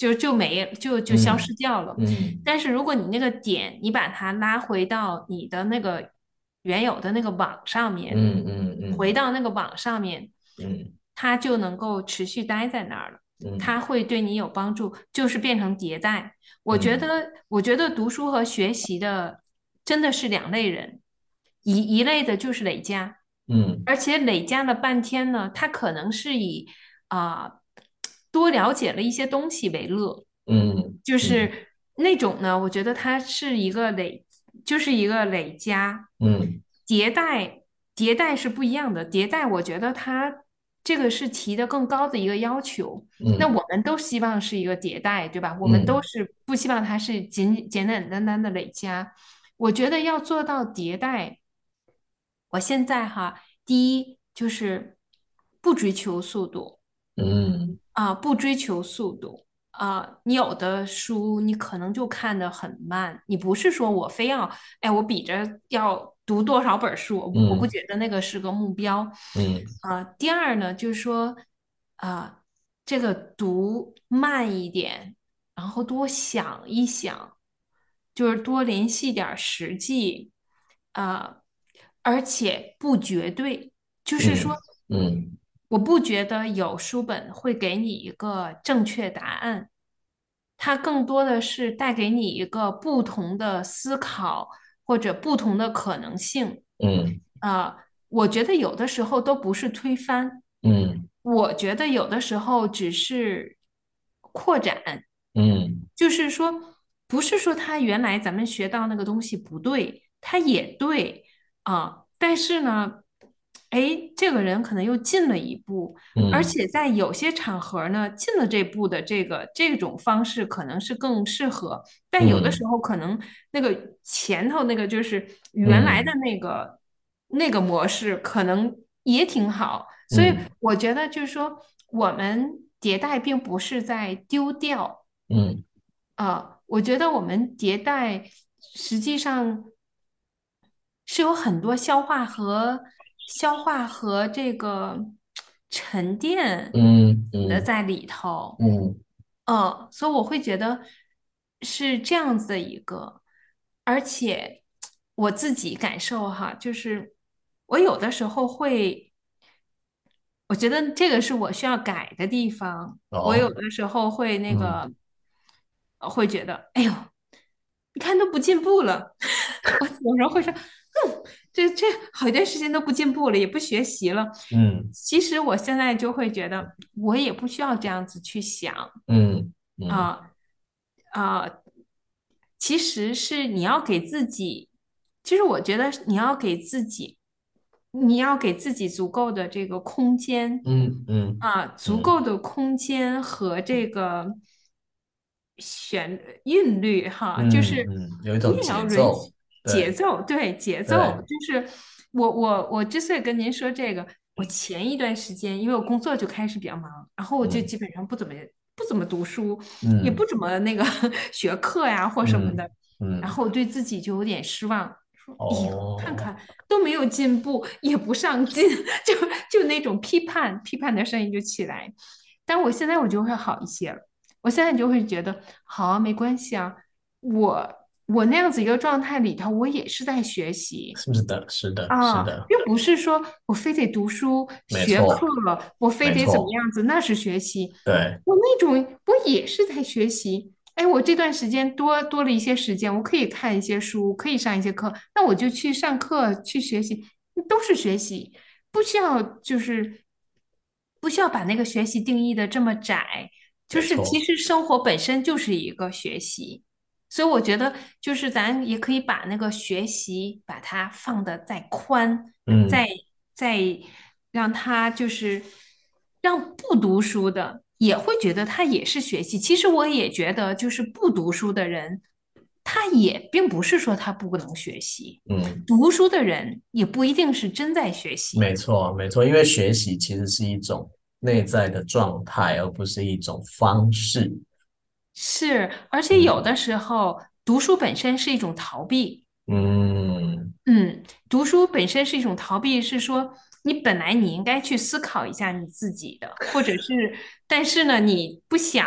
就就没就就消嗯失掉了。 嗯但是如果你那个点，你把它拉回到你的那个原有的那个网上面， 嗯嗯回嗯到那个网上面， 嗯它就能够持续待在那儿了。 嗯它会对你有帮助，就是变成迭代。我觉嗯得，我觉得读书和学习的真的是两类人，一一类的就是累加， 嗯而且累加了半天呢，他可能是以啊、多了解了一些东西为乐， 嗯嗯就是那种呢，我觉得它是一个累，就是一个累加。 嗯迭代，迭代是不一样的。迭代，我觉得它这个是提的更高的一个要求。那嗯我们都希望是一个迭代，对吧？我们都嗯是不希望它是简简简单单的累加。我觉得要做到迭代，我现在哈，第一就是不追求速度。 嗯啊，不追求速度啊，你有的书你可能就看得很慢，你不是说我非要，哎，我比着要读多少本书，我我不嗯觉得那个是个目标嗯啊。第二呢，就是说啊，这个读慢一点，然后多想一想，就是多联系点儿实际啊，而且不绝对，就是嗯说。 嗯我不觉得有书本会给你一个正确答案，它更多的是带给你一个不同的思考或者不同的可能性。 嗯啊、我觉得有的时候都不是推翻， 嗯我觉得有的时候只是扩展， 嗯就是说，不是说他原来咱们学到那个东西不对，他也对啊，但是呢，哎，这个人可能又进了一步，而嗯且在有些场合呢，进了这步的这个这种方式可能是更适合，但有的时嗯候可能那个前头那个就是原来的嗯那个那个模式可能也挺好，所以嗯我觉得就是说，我们迭代并不是在丢掉。 嗯呃，我觉得我们迭代实际上是有很多消化和消化和这个沉淀嗯嗯的在里头。 嗯嗯，所以我会觉得是这样子的一个，而且我自己感受哈，就是我有的时候会，我觉得这个是我需要改的地方。我有哦的时候会那嗯个，呃会觉得，哎呦，你看都不进步了。我有时候会说，嗯，这这好一段时间都不进步了，也不学习了。 嗯其实我现在就会觉得，我也不需要这样子去想。 嗯嗯啊啊，其实是你要给自己，其实我觉得你要给自己，你要给自己足够的这个空间嗯嗯啊，足嗯够的空间和这个旋韵律哈，就是嗯嗯，有一你种也要允许节奏，对节奏，对节奏， 对， 就是我我我之所以跟您说这个，我前一段时间因为我工作就开始比较忙，然后我就嗯基本上不怎么不怎么读书，也不嗯怎么那个学课呀或什么嗯的，然嗯， 后我对自己就有点失望，说，哎呦，看哦， 看都没有进步，也不上进，就就那种批判批判的声音就起来。但我现在我就会好一些了，我现在就会觉得好啊，没关系啊，我我那样子一个状态里头，我也是在学习。 是的，是的，是啊， 的， 并不是说我非得读书学课没错， 了，我非得怎么没错， 样子，那是学习。 对， 我那种我也是在学习。哎，我这段时间多多了一些时间，我可以看一些书，可以上一些课，那我就去上课去学习，都是学习，不需要就是不需要把那个学习定义的这么窄。就是其没错， 实生活本身就是一个学习。所以我觉得，就是咱也可以把那个学习把它放得再宽， 嗯再再让他就是让不读书的也会觉得他也是学习。其实我也觉得，就是不读书的人，他也并不是说他不能学习， 嗯， 读书的人也不一定是真在学习。 没错，没错，因为学习其实是一种内在的状态，而不是一种方式。 是，而且有嗯的时候读书本身是一种逃避。 嗯嗯，读书本身是一种逃避，是说你本来你应该去思考一下你自己的，或者是，但是呢，你不想，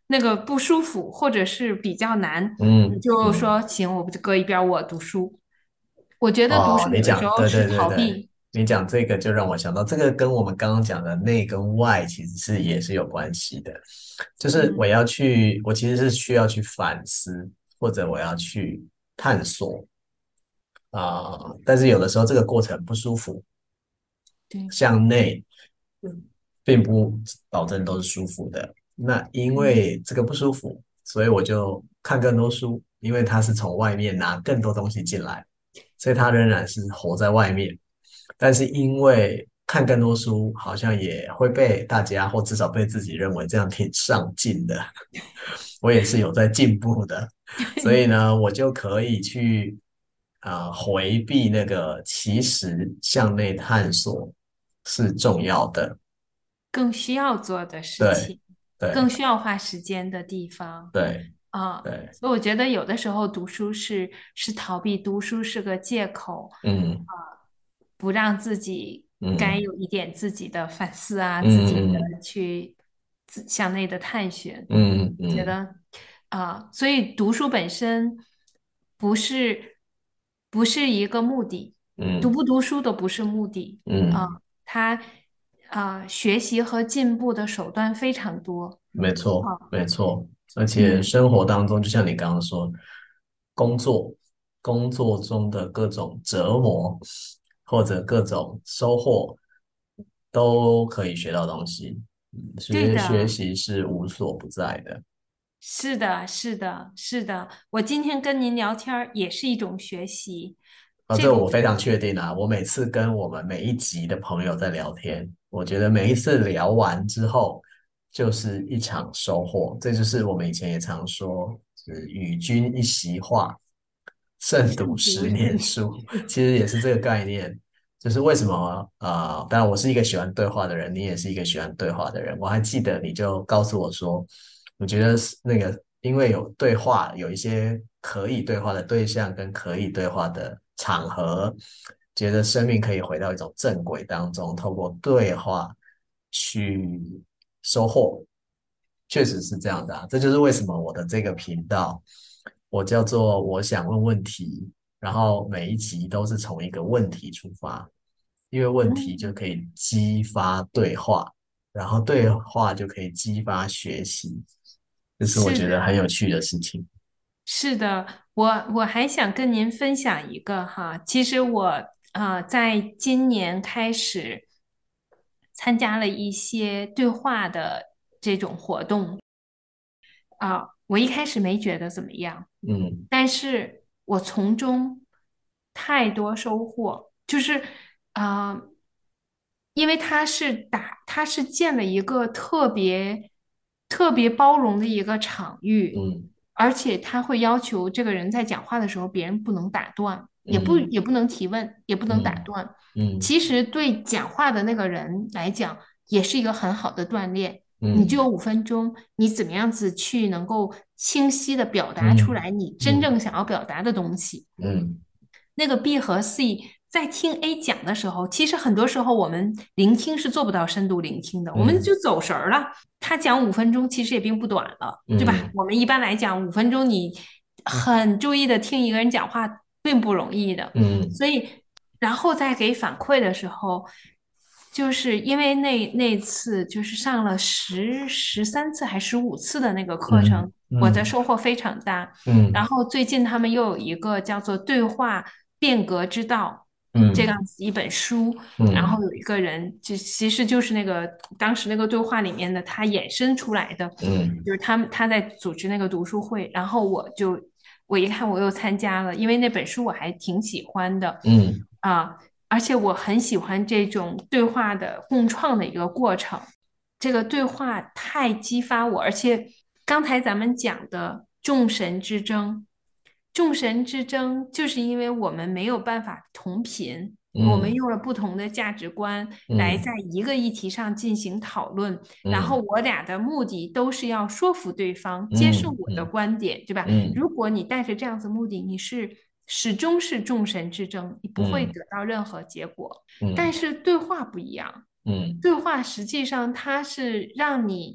那个不舒服或者是比较难，你嗯嗯。 就说行，我就搁一边儿我读书。我觉得读哦， 书有的时你讲，对候是对对对， 逃避。 你讲这个就让我想到，这个跟我们刚刚讲的内跟外其实是也是有关系的。就是我嗯， 要去，我其实是需要去反思，或者我要去探索啊、但是有的时候这个过程不舒服， 对向内并不保证都是舒服的。那因对为这个不舒服，所以我就看更多书，因为它是从外面拿更多东西进来，所以它仍然是活在外面。但是因为看更多书，好像也会被大家或至少被自己认为这样挺上进的，我也是有在进步的，所以对， 呢，我就可以去啊、呃回避那个其实向内探索是重要的。 更需要做的事对情，更对需要花时间的地方对啊。 对， 所以我觉得有的时候读书是是逃避，读书是个借口， 嗯不让自己该嗯有一点自己的反思啊，自己的嗯去自向内的探寻。 嗯嗯嗯觉得啊，所以读书本身不是不是一个目的，读嗯不读书都不是目的啊， 嗯， 它啊学习和进步的手段非常多没错啊， 没错，而且嗯。 生活当中，就像你刚刚说，工作工作中的各种折磨或者各种收获，都可以学到东西。嗯对学学的， 习是无所不在的。 是的，是的，是的。我今天跟您聊天儿也是一种学习， 啊， 这个我这我非常确定啊！我每次跟我们每一集的朋友在聊天，我觉得每一次聊完之后，就是一场收获。这就是我们以前也常说，是与君一席话，胜读胜读十年是书。其实也是这个概念，就是为什么呃，当然我是一个喜欢对话的人，你也是一个喜欢对话的人。我还记得你就告诉我说，我觉得是那个因为有对话，有一些可以对话的对象跟可以对话的场合，觉得生命可以回到一种正轨当中，透过对话去收获。确实是这样的啊，这就是为什么我的这个频道，我叫做我想问问题，然后每一集都是从一个问题出发，因为问题就嗯， 可以激发对话，然后对话就可以激发学习，这是我觉得很是的， 有趣的事情。 是的。我我还想跟您分享一个哈，其实我啊、呃在今年开始参加了一些对话的这种活动啊、我一开始没觉得怎么样。 嗯但是我从中太多收获，就是啊、呃因为他是打，他是建了一个特别特别包容的一个场域， 嗯而且他会要求这个人在讲话的时候，别人不能打断，也不嗯也不能提问，也不能打嗯断。 嗯其实对讲话的那个人来讲，也是一个很好的锻炼。你就有嗯五分钟，你怎么样子去能够清晰的表达出嗯来你真嗯正想要表达的东西？ 嗯那个 B 和 C 在听 A 讲的时候，其实很多时候我们聆听是做不到深度聆听的，我们就嗯走神儿了。他讲五分钟，其实也并不短了，对吧？ 嗯我们一般来讲，五分钟你很注意的听一个人讲话，并不容易的。 嗯所以，然后再给反馈的时候，就是因为那那次就是上了十十三次还十五次的那个课程， 嗯我的嗯收获非常大。然嗯后最近他们又有一个叫做《对话变革之道》这样嗯子一本书，然后嗯有一个人就其实就是那个当时那个对话里面的他衍生出来的， 嗯就是他们他在组织那个读书会，然后我就我一看我又参加了，因为那本书我还挺喜欢的嗯啊，而且我很喜欢这种对话的共创的一个过程。这个对话太激发我，而且刚才咱们讲的众神之争，众神之争就是因为我们没有办法同频，我们嗯用了不同的价值观来在嗯一个议题上进行讨论，然后嗯我俩的目的都是要说服对方接受我的嗯嗯观点，对吧？ 嗯如果你带着这样子目的，你是始终是众神之争，你不会嗯得到任何结果。但嗯是对话不一样。 嗯对话实际上它是让你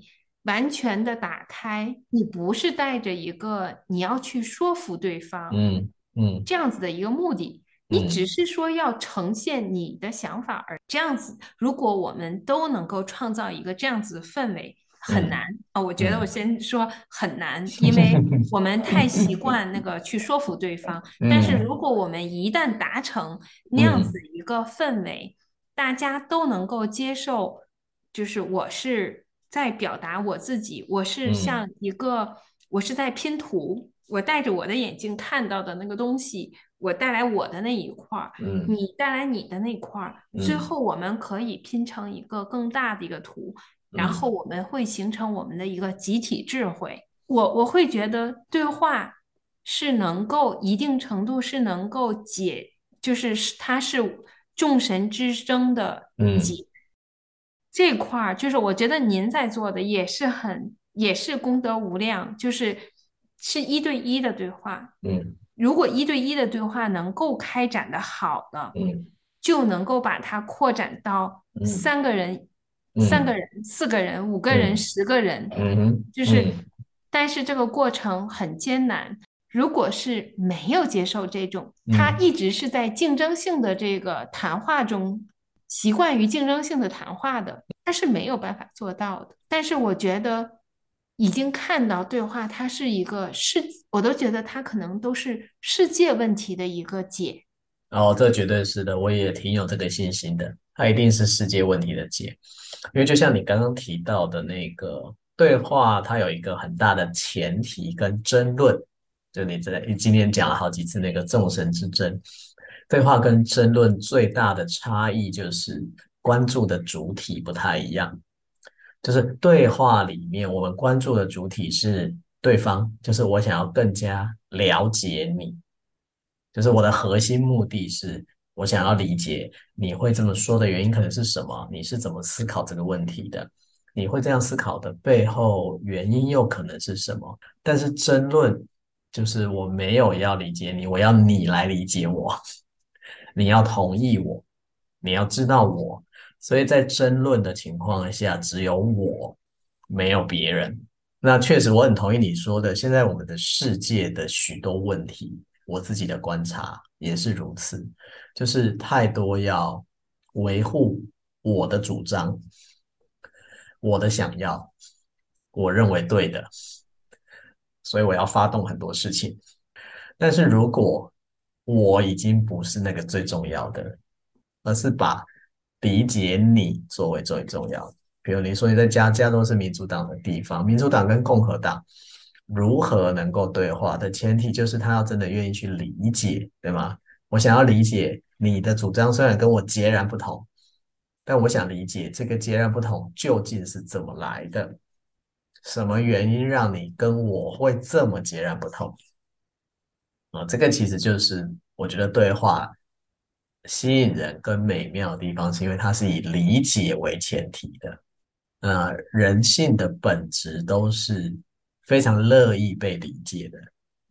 完全的打开，你不是带着一个你要去说服对方嗯嗯这样子的一个目的，你只嗯是说要呈现你的想法而这样子。如果我们都能够创造一个这样子的氛围，很难嗯啊，我觉得我嗯先说很难，因为我们太习惯那个去说服对方。但是嗯如果我们一旦达成那样子嗯一个氛围，大家都能够接受，就是我是在表达我自己，我是嗯像一个，我是在拼图，我戴着我的眼镜看到的那个东西，我带来我的那一块儿， 嗯你带来你的那块儿，最嗯后我们可以拼成一个更大的一个图，然后嗯我们会形成我们的一个集体智慧。我我会觉得对话是能够一定程度是能够解，就是是它是众神之争的嗯解这块儿，就是我觉得您在做的也是很也是功德无量，就是是一对一的对话。 嗯如果一对一的对话能够开展的好的， 嗯就能够把它扩展到嗯三个人、三个嗯人、四个人、五个人、 嗯十个人， 嗯哼就是， 嗯但是这个过程很艰难。如果是没有接受这种，他嗯一直是在竞争性的这个谈话中，习惯于竞争性的谈话的，他是没有办法做到的。但是我觉得已经看到对话，它是一个世，我都觉得它可能都是世界问题的一个解。 哦，这绝对是的，我也挺有这个信心的。它一定是世界问题的解，因为就像你刚刚提到的那个对话，它有一个很大的前提跟争论，就你在你今天讲了好几次那个众神之争，对话跟争论最大的差异就是关注的主体不太一样。就是对话里面，我们关注的主体是对方，就是我想要更加了解你，就是我的核心目的是我想要理解你会这么说的原因可能是什么，你是怎么思考这个问题的，你会这样思考的背后原因又可能是什么？但是争论就是我没有要理解你，我要你来理解我，你要同意我，你要知道我，所以在争论的情况下，只有我，没有别人。那确实，我很同意你说的。现在我们的世界的许多问题，我自己的观察也是如此，就是太多要维护我的主张，我的想要，我认为对的，所以我要发动很多事情。但是如果我已经不是那个最重要的，而是把理解你作为最重要的。比如你说你在加加州是民主党的地方，民主党跟共和党如何能够对话的前提就是他要真的愿意去理解，对吗？我想要理解你的主张，虽然跟我截然不同，但我想理解这个截然不同究竟是怎么来的，什么原因让你跟我会这么截然不同？啊，这个其实就是我觉得对话吸引人跟美妙的地方，是因为它是以理解为前提的。呃，人性的本质都是非常乐意被理解的。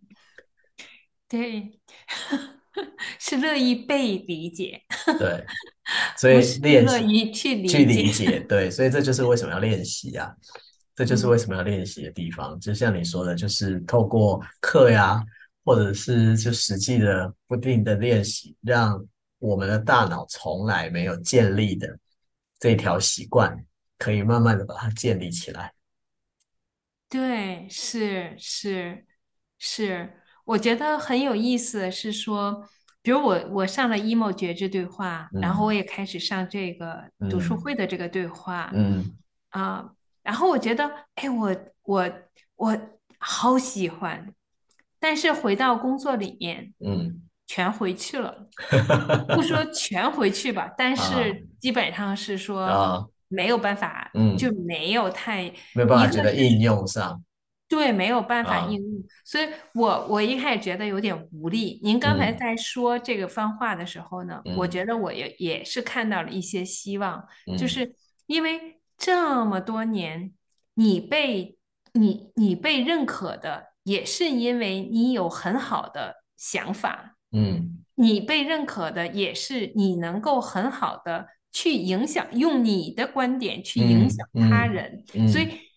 对，是乐意被理解， 对，所不以是乐练习意去去理解。 理解，对，所以这就是为什么要练习啊，这就是为嗯。 什么要练习的地方。就像你说的，就是透过课呀，或者是就实际的不定的练习，让我们的大脑从来没有建立的这条习惯，可以慢慢的把它建立起来。 对，是是是，我觉得很有意思的是说，比如我我上了 emo 觉知对话，然后我嗯也开始上这个读书嗯会的这个对话嗯啊，然后我觉得，哎，我我我好喜欢，但是回到工作里面， 嗯， 全回去了。不说全回去吧，但啊是基本上是说啊没有办法，就嗯， 没有太， 没有办法一个觉得应用上对，没有办法应啊， 用，所以我我一开始觉得有点无力。您刚才嗯在说这个番话的时候呢，我嗯觉得我也也是看到了一些希望，就嗯是因为这么多年，你被你你被认可的，也是因为你有很好的想法， 嗯你被认可的也是你能够很好的去影响，用你的观点去影响嗯嗯他人，所以嗯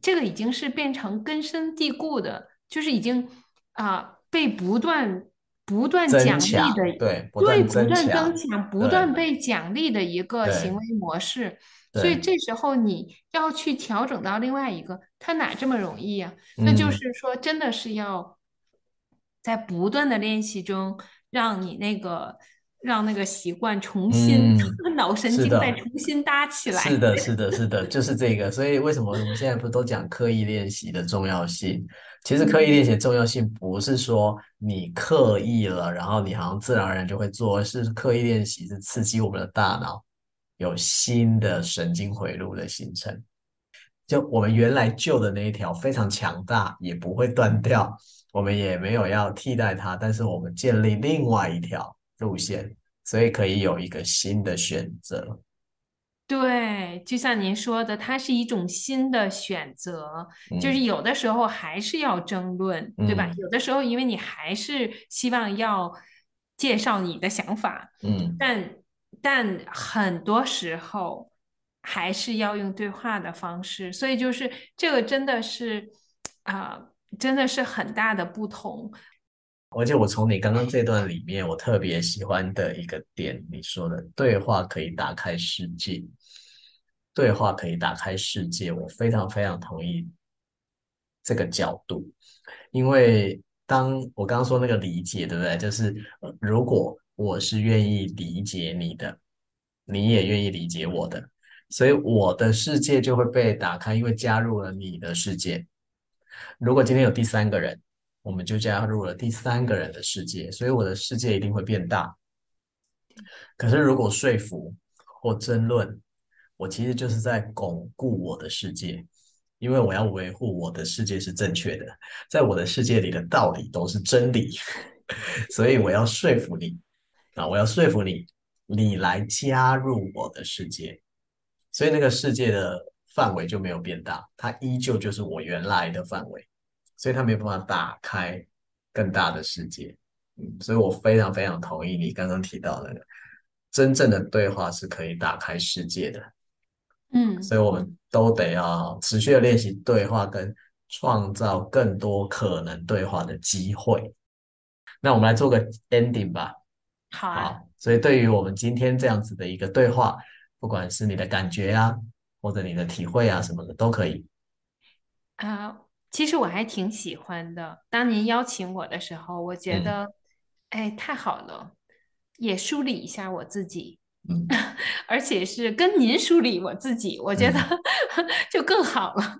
这个已经是变成根深蒂固的，就是已经啊、被不断不断增奖励的， 强，对，不对， 断不断增增强， 强，不对断被奖励的一个行对为模式。所以对， 这时候你要去调整到另外一个，它哪这么容易呀？那就嗯是说，真的是要在不断的练习中，让你那个让那个习惯重新嗯， 脑神经再是的。 重新搭起来。 是的，是的，是的，就是这个。所以为什么我们现在不都讲刻意练习的重要性？其实刻意嗯。 练习的重要性不是说你刻意了，然后你好像自然而然就会做，而是刻意练习是刺激我们的大脑有新的神经回路的形成。就我们原来旧的那一条非常强大，也不会断掉，我们也没有要替代它，但是我们建立另外一条路线，所以可以有一个新的选择。 对，就像您说的，它是一种新的选择，就是嗯有的时候还是要争论，对吧？ 嗯有的时候，因为你还是希望要介绍你的想法， 嗯。 但但很多时候还是要用对话的方式，所以就是这个真的是啊、真的是很大的不同。 而且我从你刚刚这段里面，我特别喜欢的一个点，你说的对话可以打开世界，对话可以打开世界，我非常非常同意这个角度。因为当我刚刚说那个理解，对不对？就是呃如果我是愿意理解你的，你也愿意理解我的，所以我的世界就会被打开，因为加入了你的世界。如果今天有第三个人，我们就加入了第三个人的世界，所以我的世界一定会变大。可是如果说服或争论，我其实就是在巩固我的世界，因为我要维护我的世界是正确的，在我的世界里的道理都是真理，所以我要说服你啊，我要说服你，你来加入我的世界，所以那个世界的范围就没有变大，它依旧就是我原来的范围，所以它没有办法打开更大的世界。嗯，所以我非常非常同意你刚刚提到的那个，真正的对话是可以打开世界的，所嗯， 以我们都得要持续的练习对话，跟创造更多可能对话的机会。那我们来做个 ending 吧。 好啊。 好，所以对于我们今天这样子的一个对话，不管是你的感觉啊，或者你的体会啊什么的都可以。 啊，其实我还挺喜欢的。当您邀请我的时候，我觉嗯得，哎，太好了，也梳理一下我自己， 嗯而且是跟您梳理我自己，我觉得嗯， 就更好了。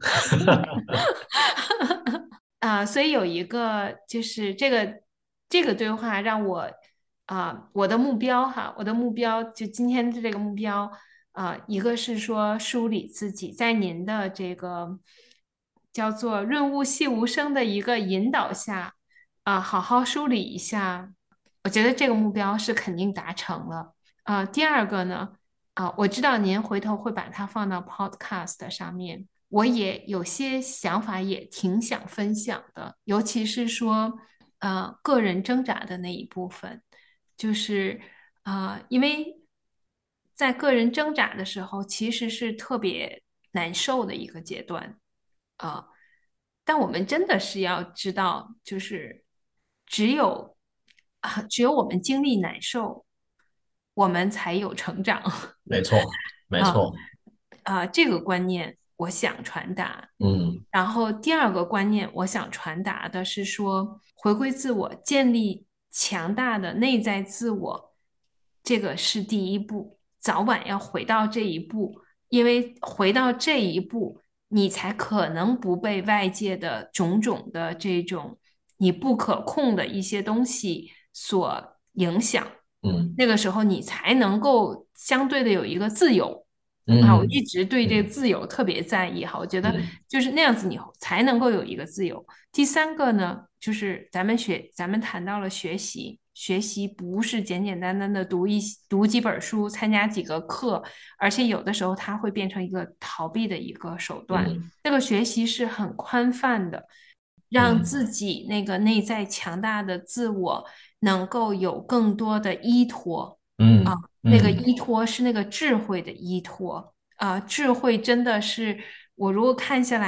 啊，所以有一个就是这个这个对话让我啊，我的目标哈，我的目标就今天的这个目标啊，一个是说梳理自己，在您的这个叫做润物细无声的一个引导下啊，好好梳理一下，我觉得这个目标是肯定达成了。啊，第二个呢？啊，我知道您回头会把它放到 Podcast 上面，我也有些想法也挺想分享的，尤其是说，呃，个人挣扎的那一部分，就是啊，因为在个人挣扎的时候，其实是特别难受的一个阶段啊，但我们真的是要知道，就是只有啊，只有我们经历难受，我们才有成长。 没错没啊错， 啊，这个观念我想传达。 嗯然后第二个观念我想传达的是说，回归自我，建立强大的内在自我，这个是第一步，早晚要回到这一步，因为回到这一步，你才可能不被外界的种种的这种你不可控的一些东西所影响。 嗯那个时候你才能够相对的有一个自由啊！我嗯一直对这个嗯自由特别在意哈，我觉得嗯就是那样子你才能够有一个自由。第三个呢，就是咱们学，咱们谈到了学习，学习不是简简单单的读一读几本书，参加几个课，而且有的时候它会变成一个逃避的一个手段。 嗯这个学习是很宽泛的，让嗯自己那个内在强大的自我能够有更多的依托啊， 嗯那个嗯依托是那个智慧的依托啊，智慧真的是我如果看下来，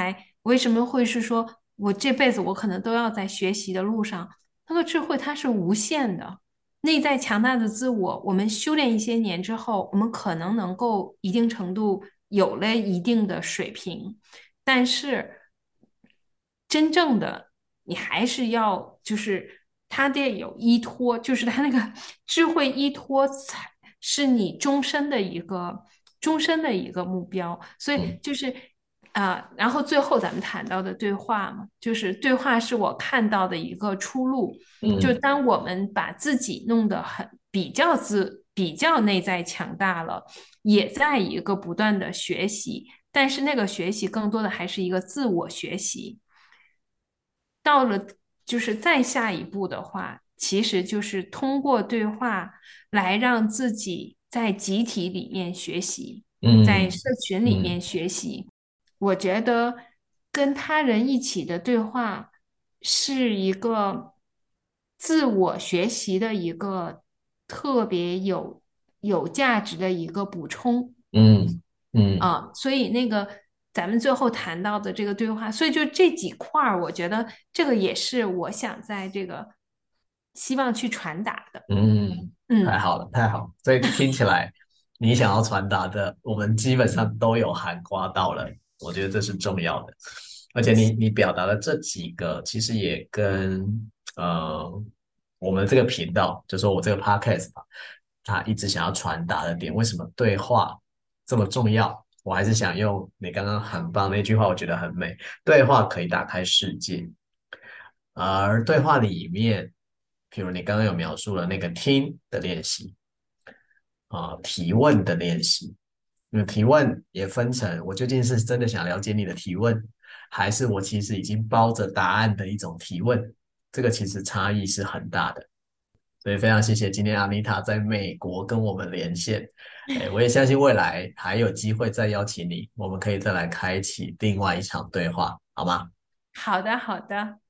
为什么会是说我这辈子我可能都要在学习的路上？那个智慧它是无限的，内在强大的自我，我们修炼一些年之后，我们可能能够一定程度有了一定的水平，但是真正的你还是要就是他得有依托，就是他那个智慧依托才是你终身的一个终身的一个目标，所以嗯就是啊、然后最后咱们谈到的对话嘛，就是对话是我看到的一个出路，就嗯当我们把自己弄得很比较自比较内在强大了，也在一个不断的学习，但是那个学习更多的还是一个自我学习。到了就是再下一步的话，其实就是通过对话来让自己在集体里面学习，在嗯社群里面嗯学习。我觉得跟他人一起的对话是一个自我学习的一个特别有有价值的一个补充。 嗯嗯啊，所以那个咱们最后谈到的这个对话，所以就这几块儿，我觉得这个也是我想在这个希望去传达的。 嗯，太嗯， 好了，太好了。所以听起来你想要传达的，我们基本上都有涵盖到了，我觉得这是重要的。而且你你表达的这几个，其实也跟呃我们这个频道，就说我这个 podcast 吧，他一直想要传达的点，为什么对话这么重要？我还是想用你刚刚很棒的一句话，我觉得很美，对话可以打开世界。而对话里面，譬如你刚刚有描述了那个听的练习啊、提问的练习，因为提问也分成我究竟是真的想了解你的提问，还是我其实已经包着答案的一种提问，这个其实差异是很大的。所以非常谢谢今天阿妮塔在美国跟我们连线，哎，我也相信未来还有机会再邀请你，我们可以再来开启另外一场对话，好吗？ 好的，好的。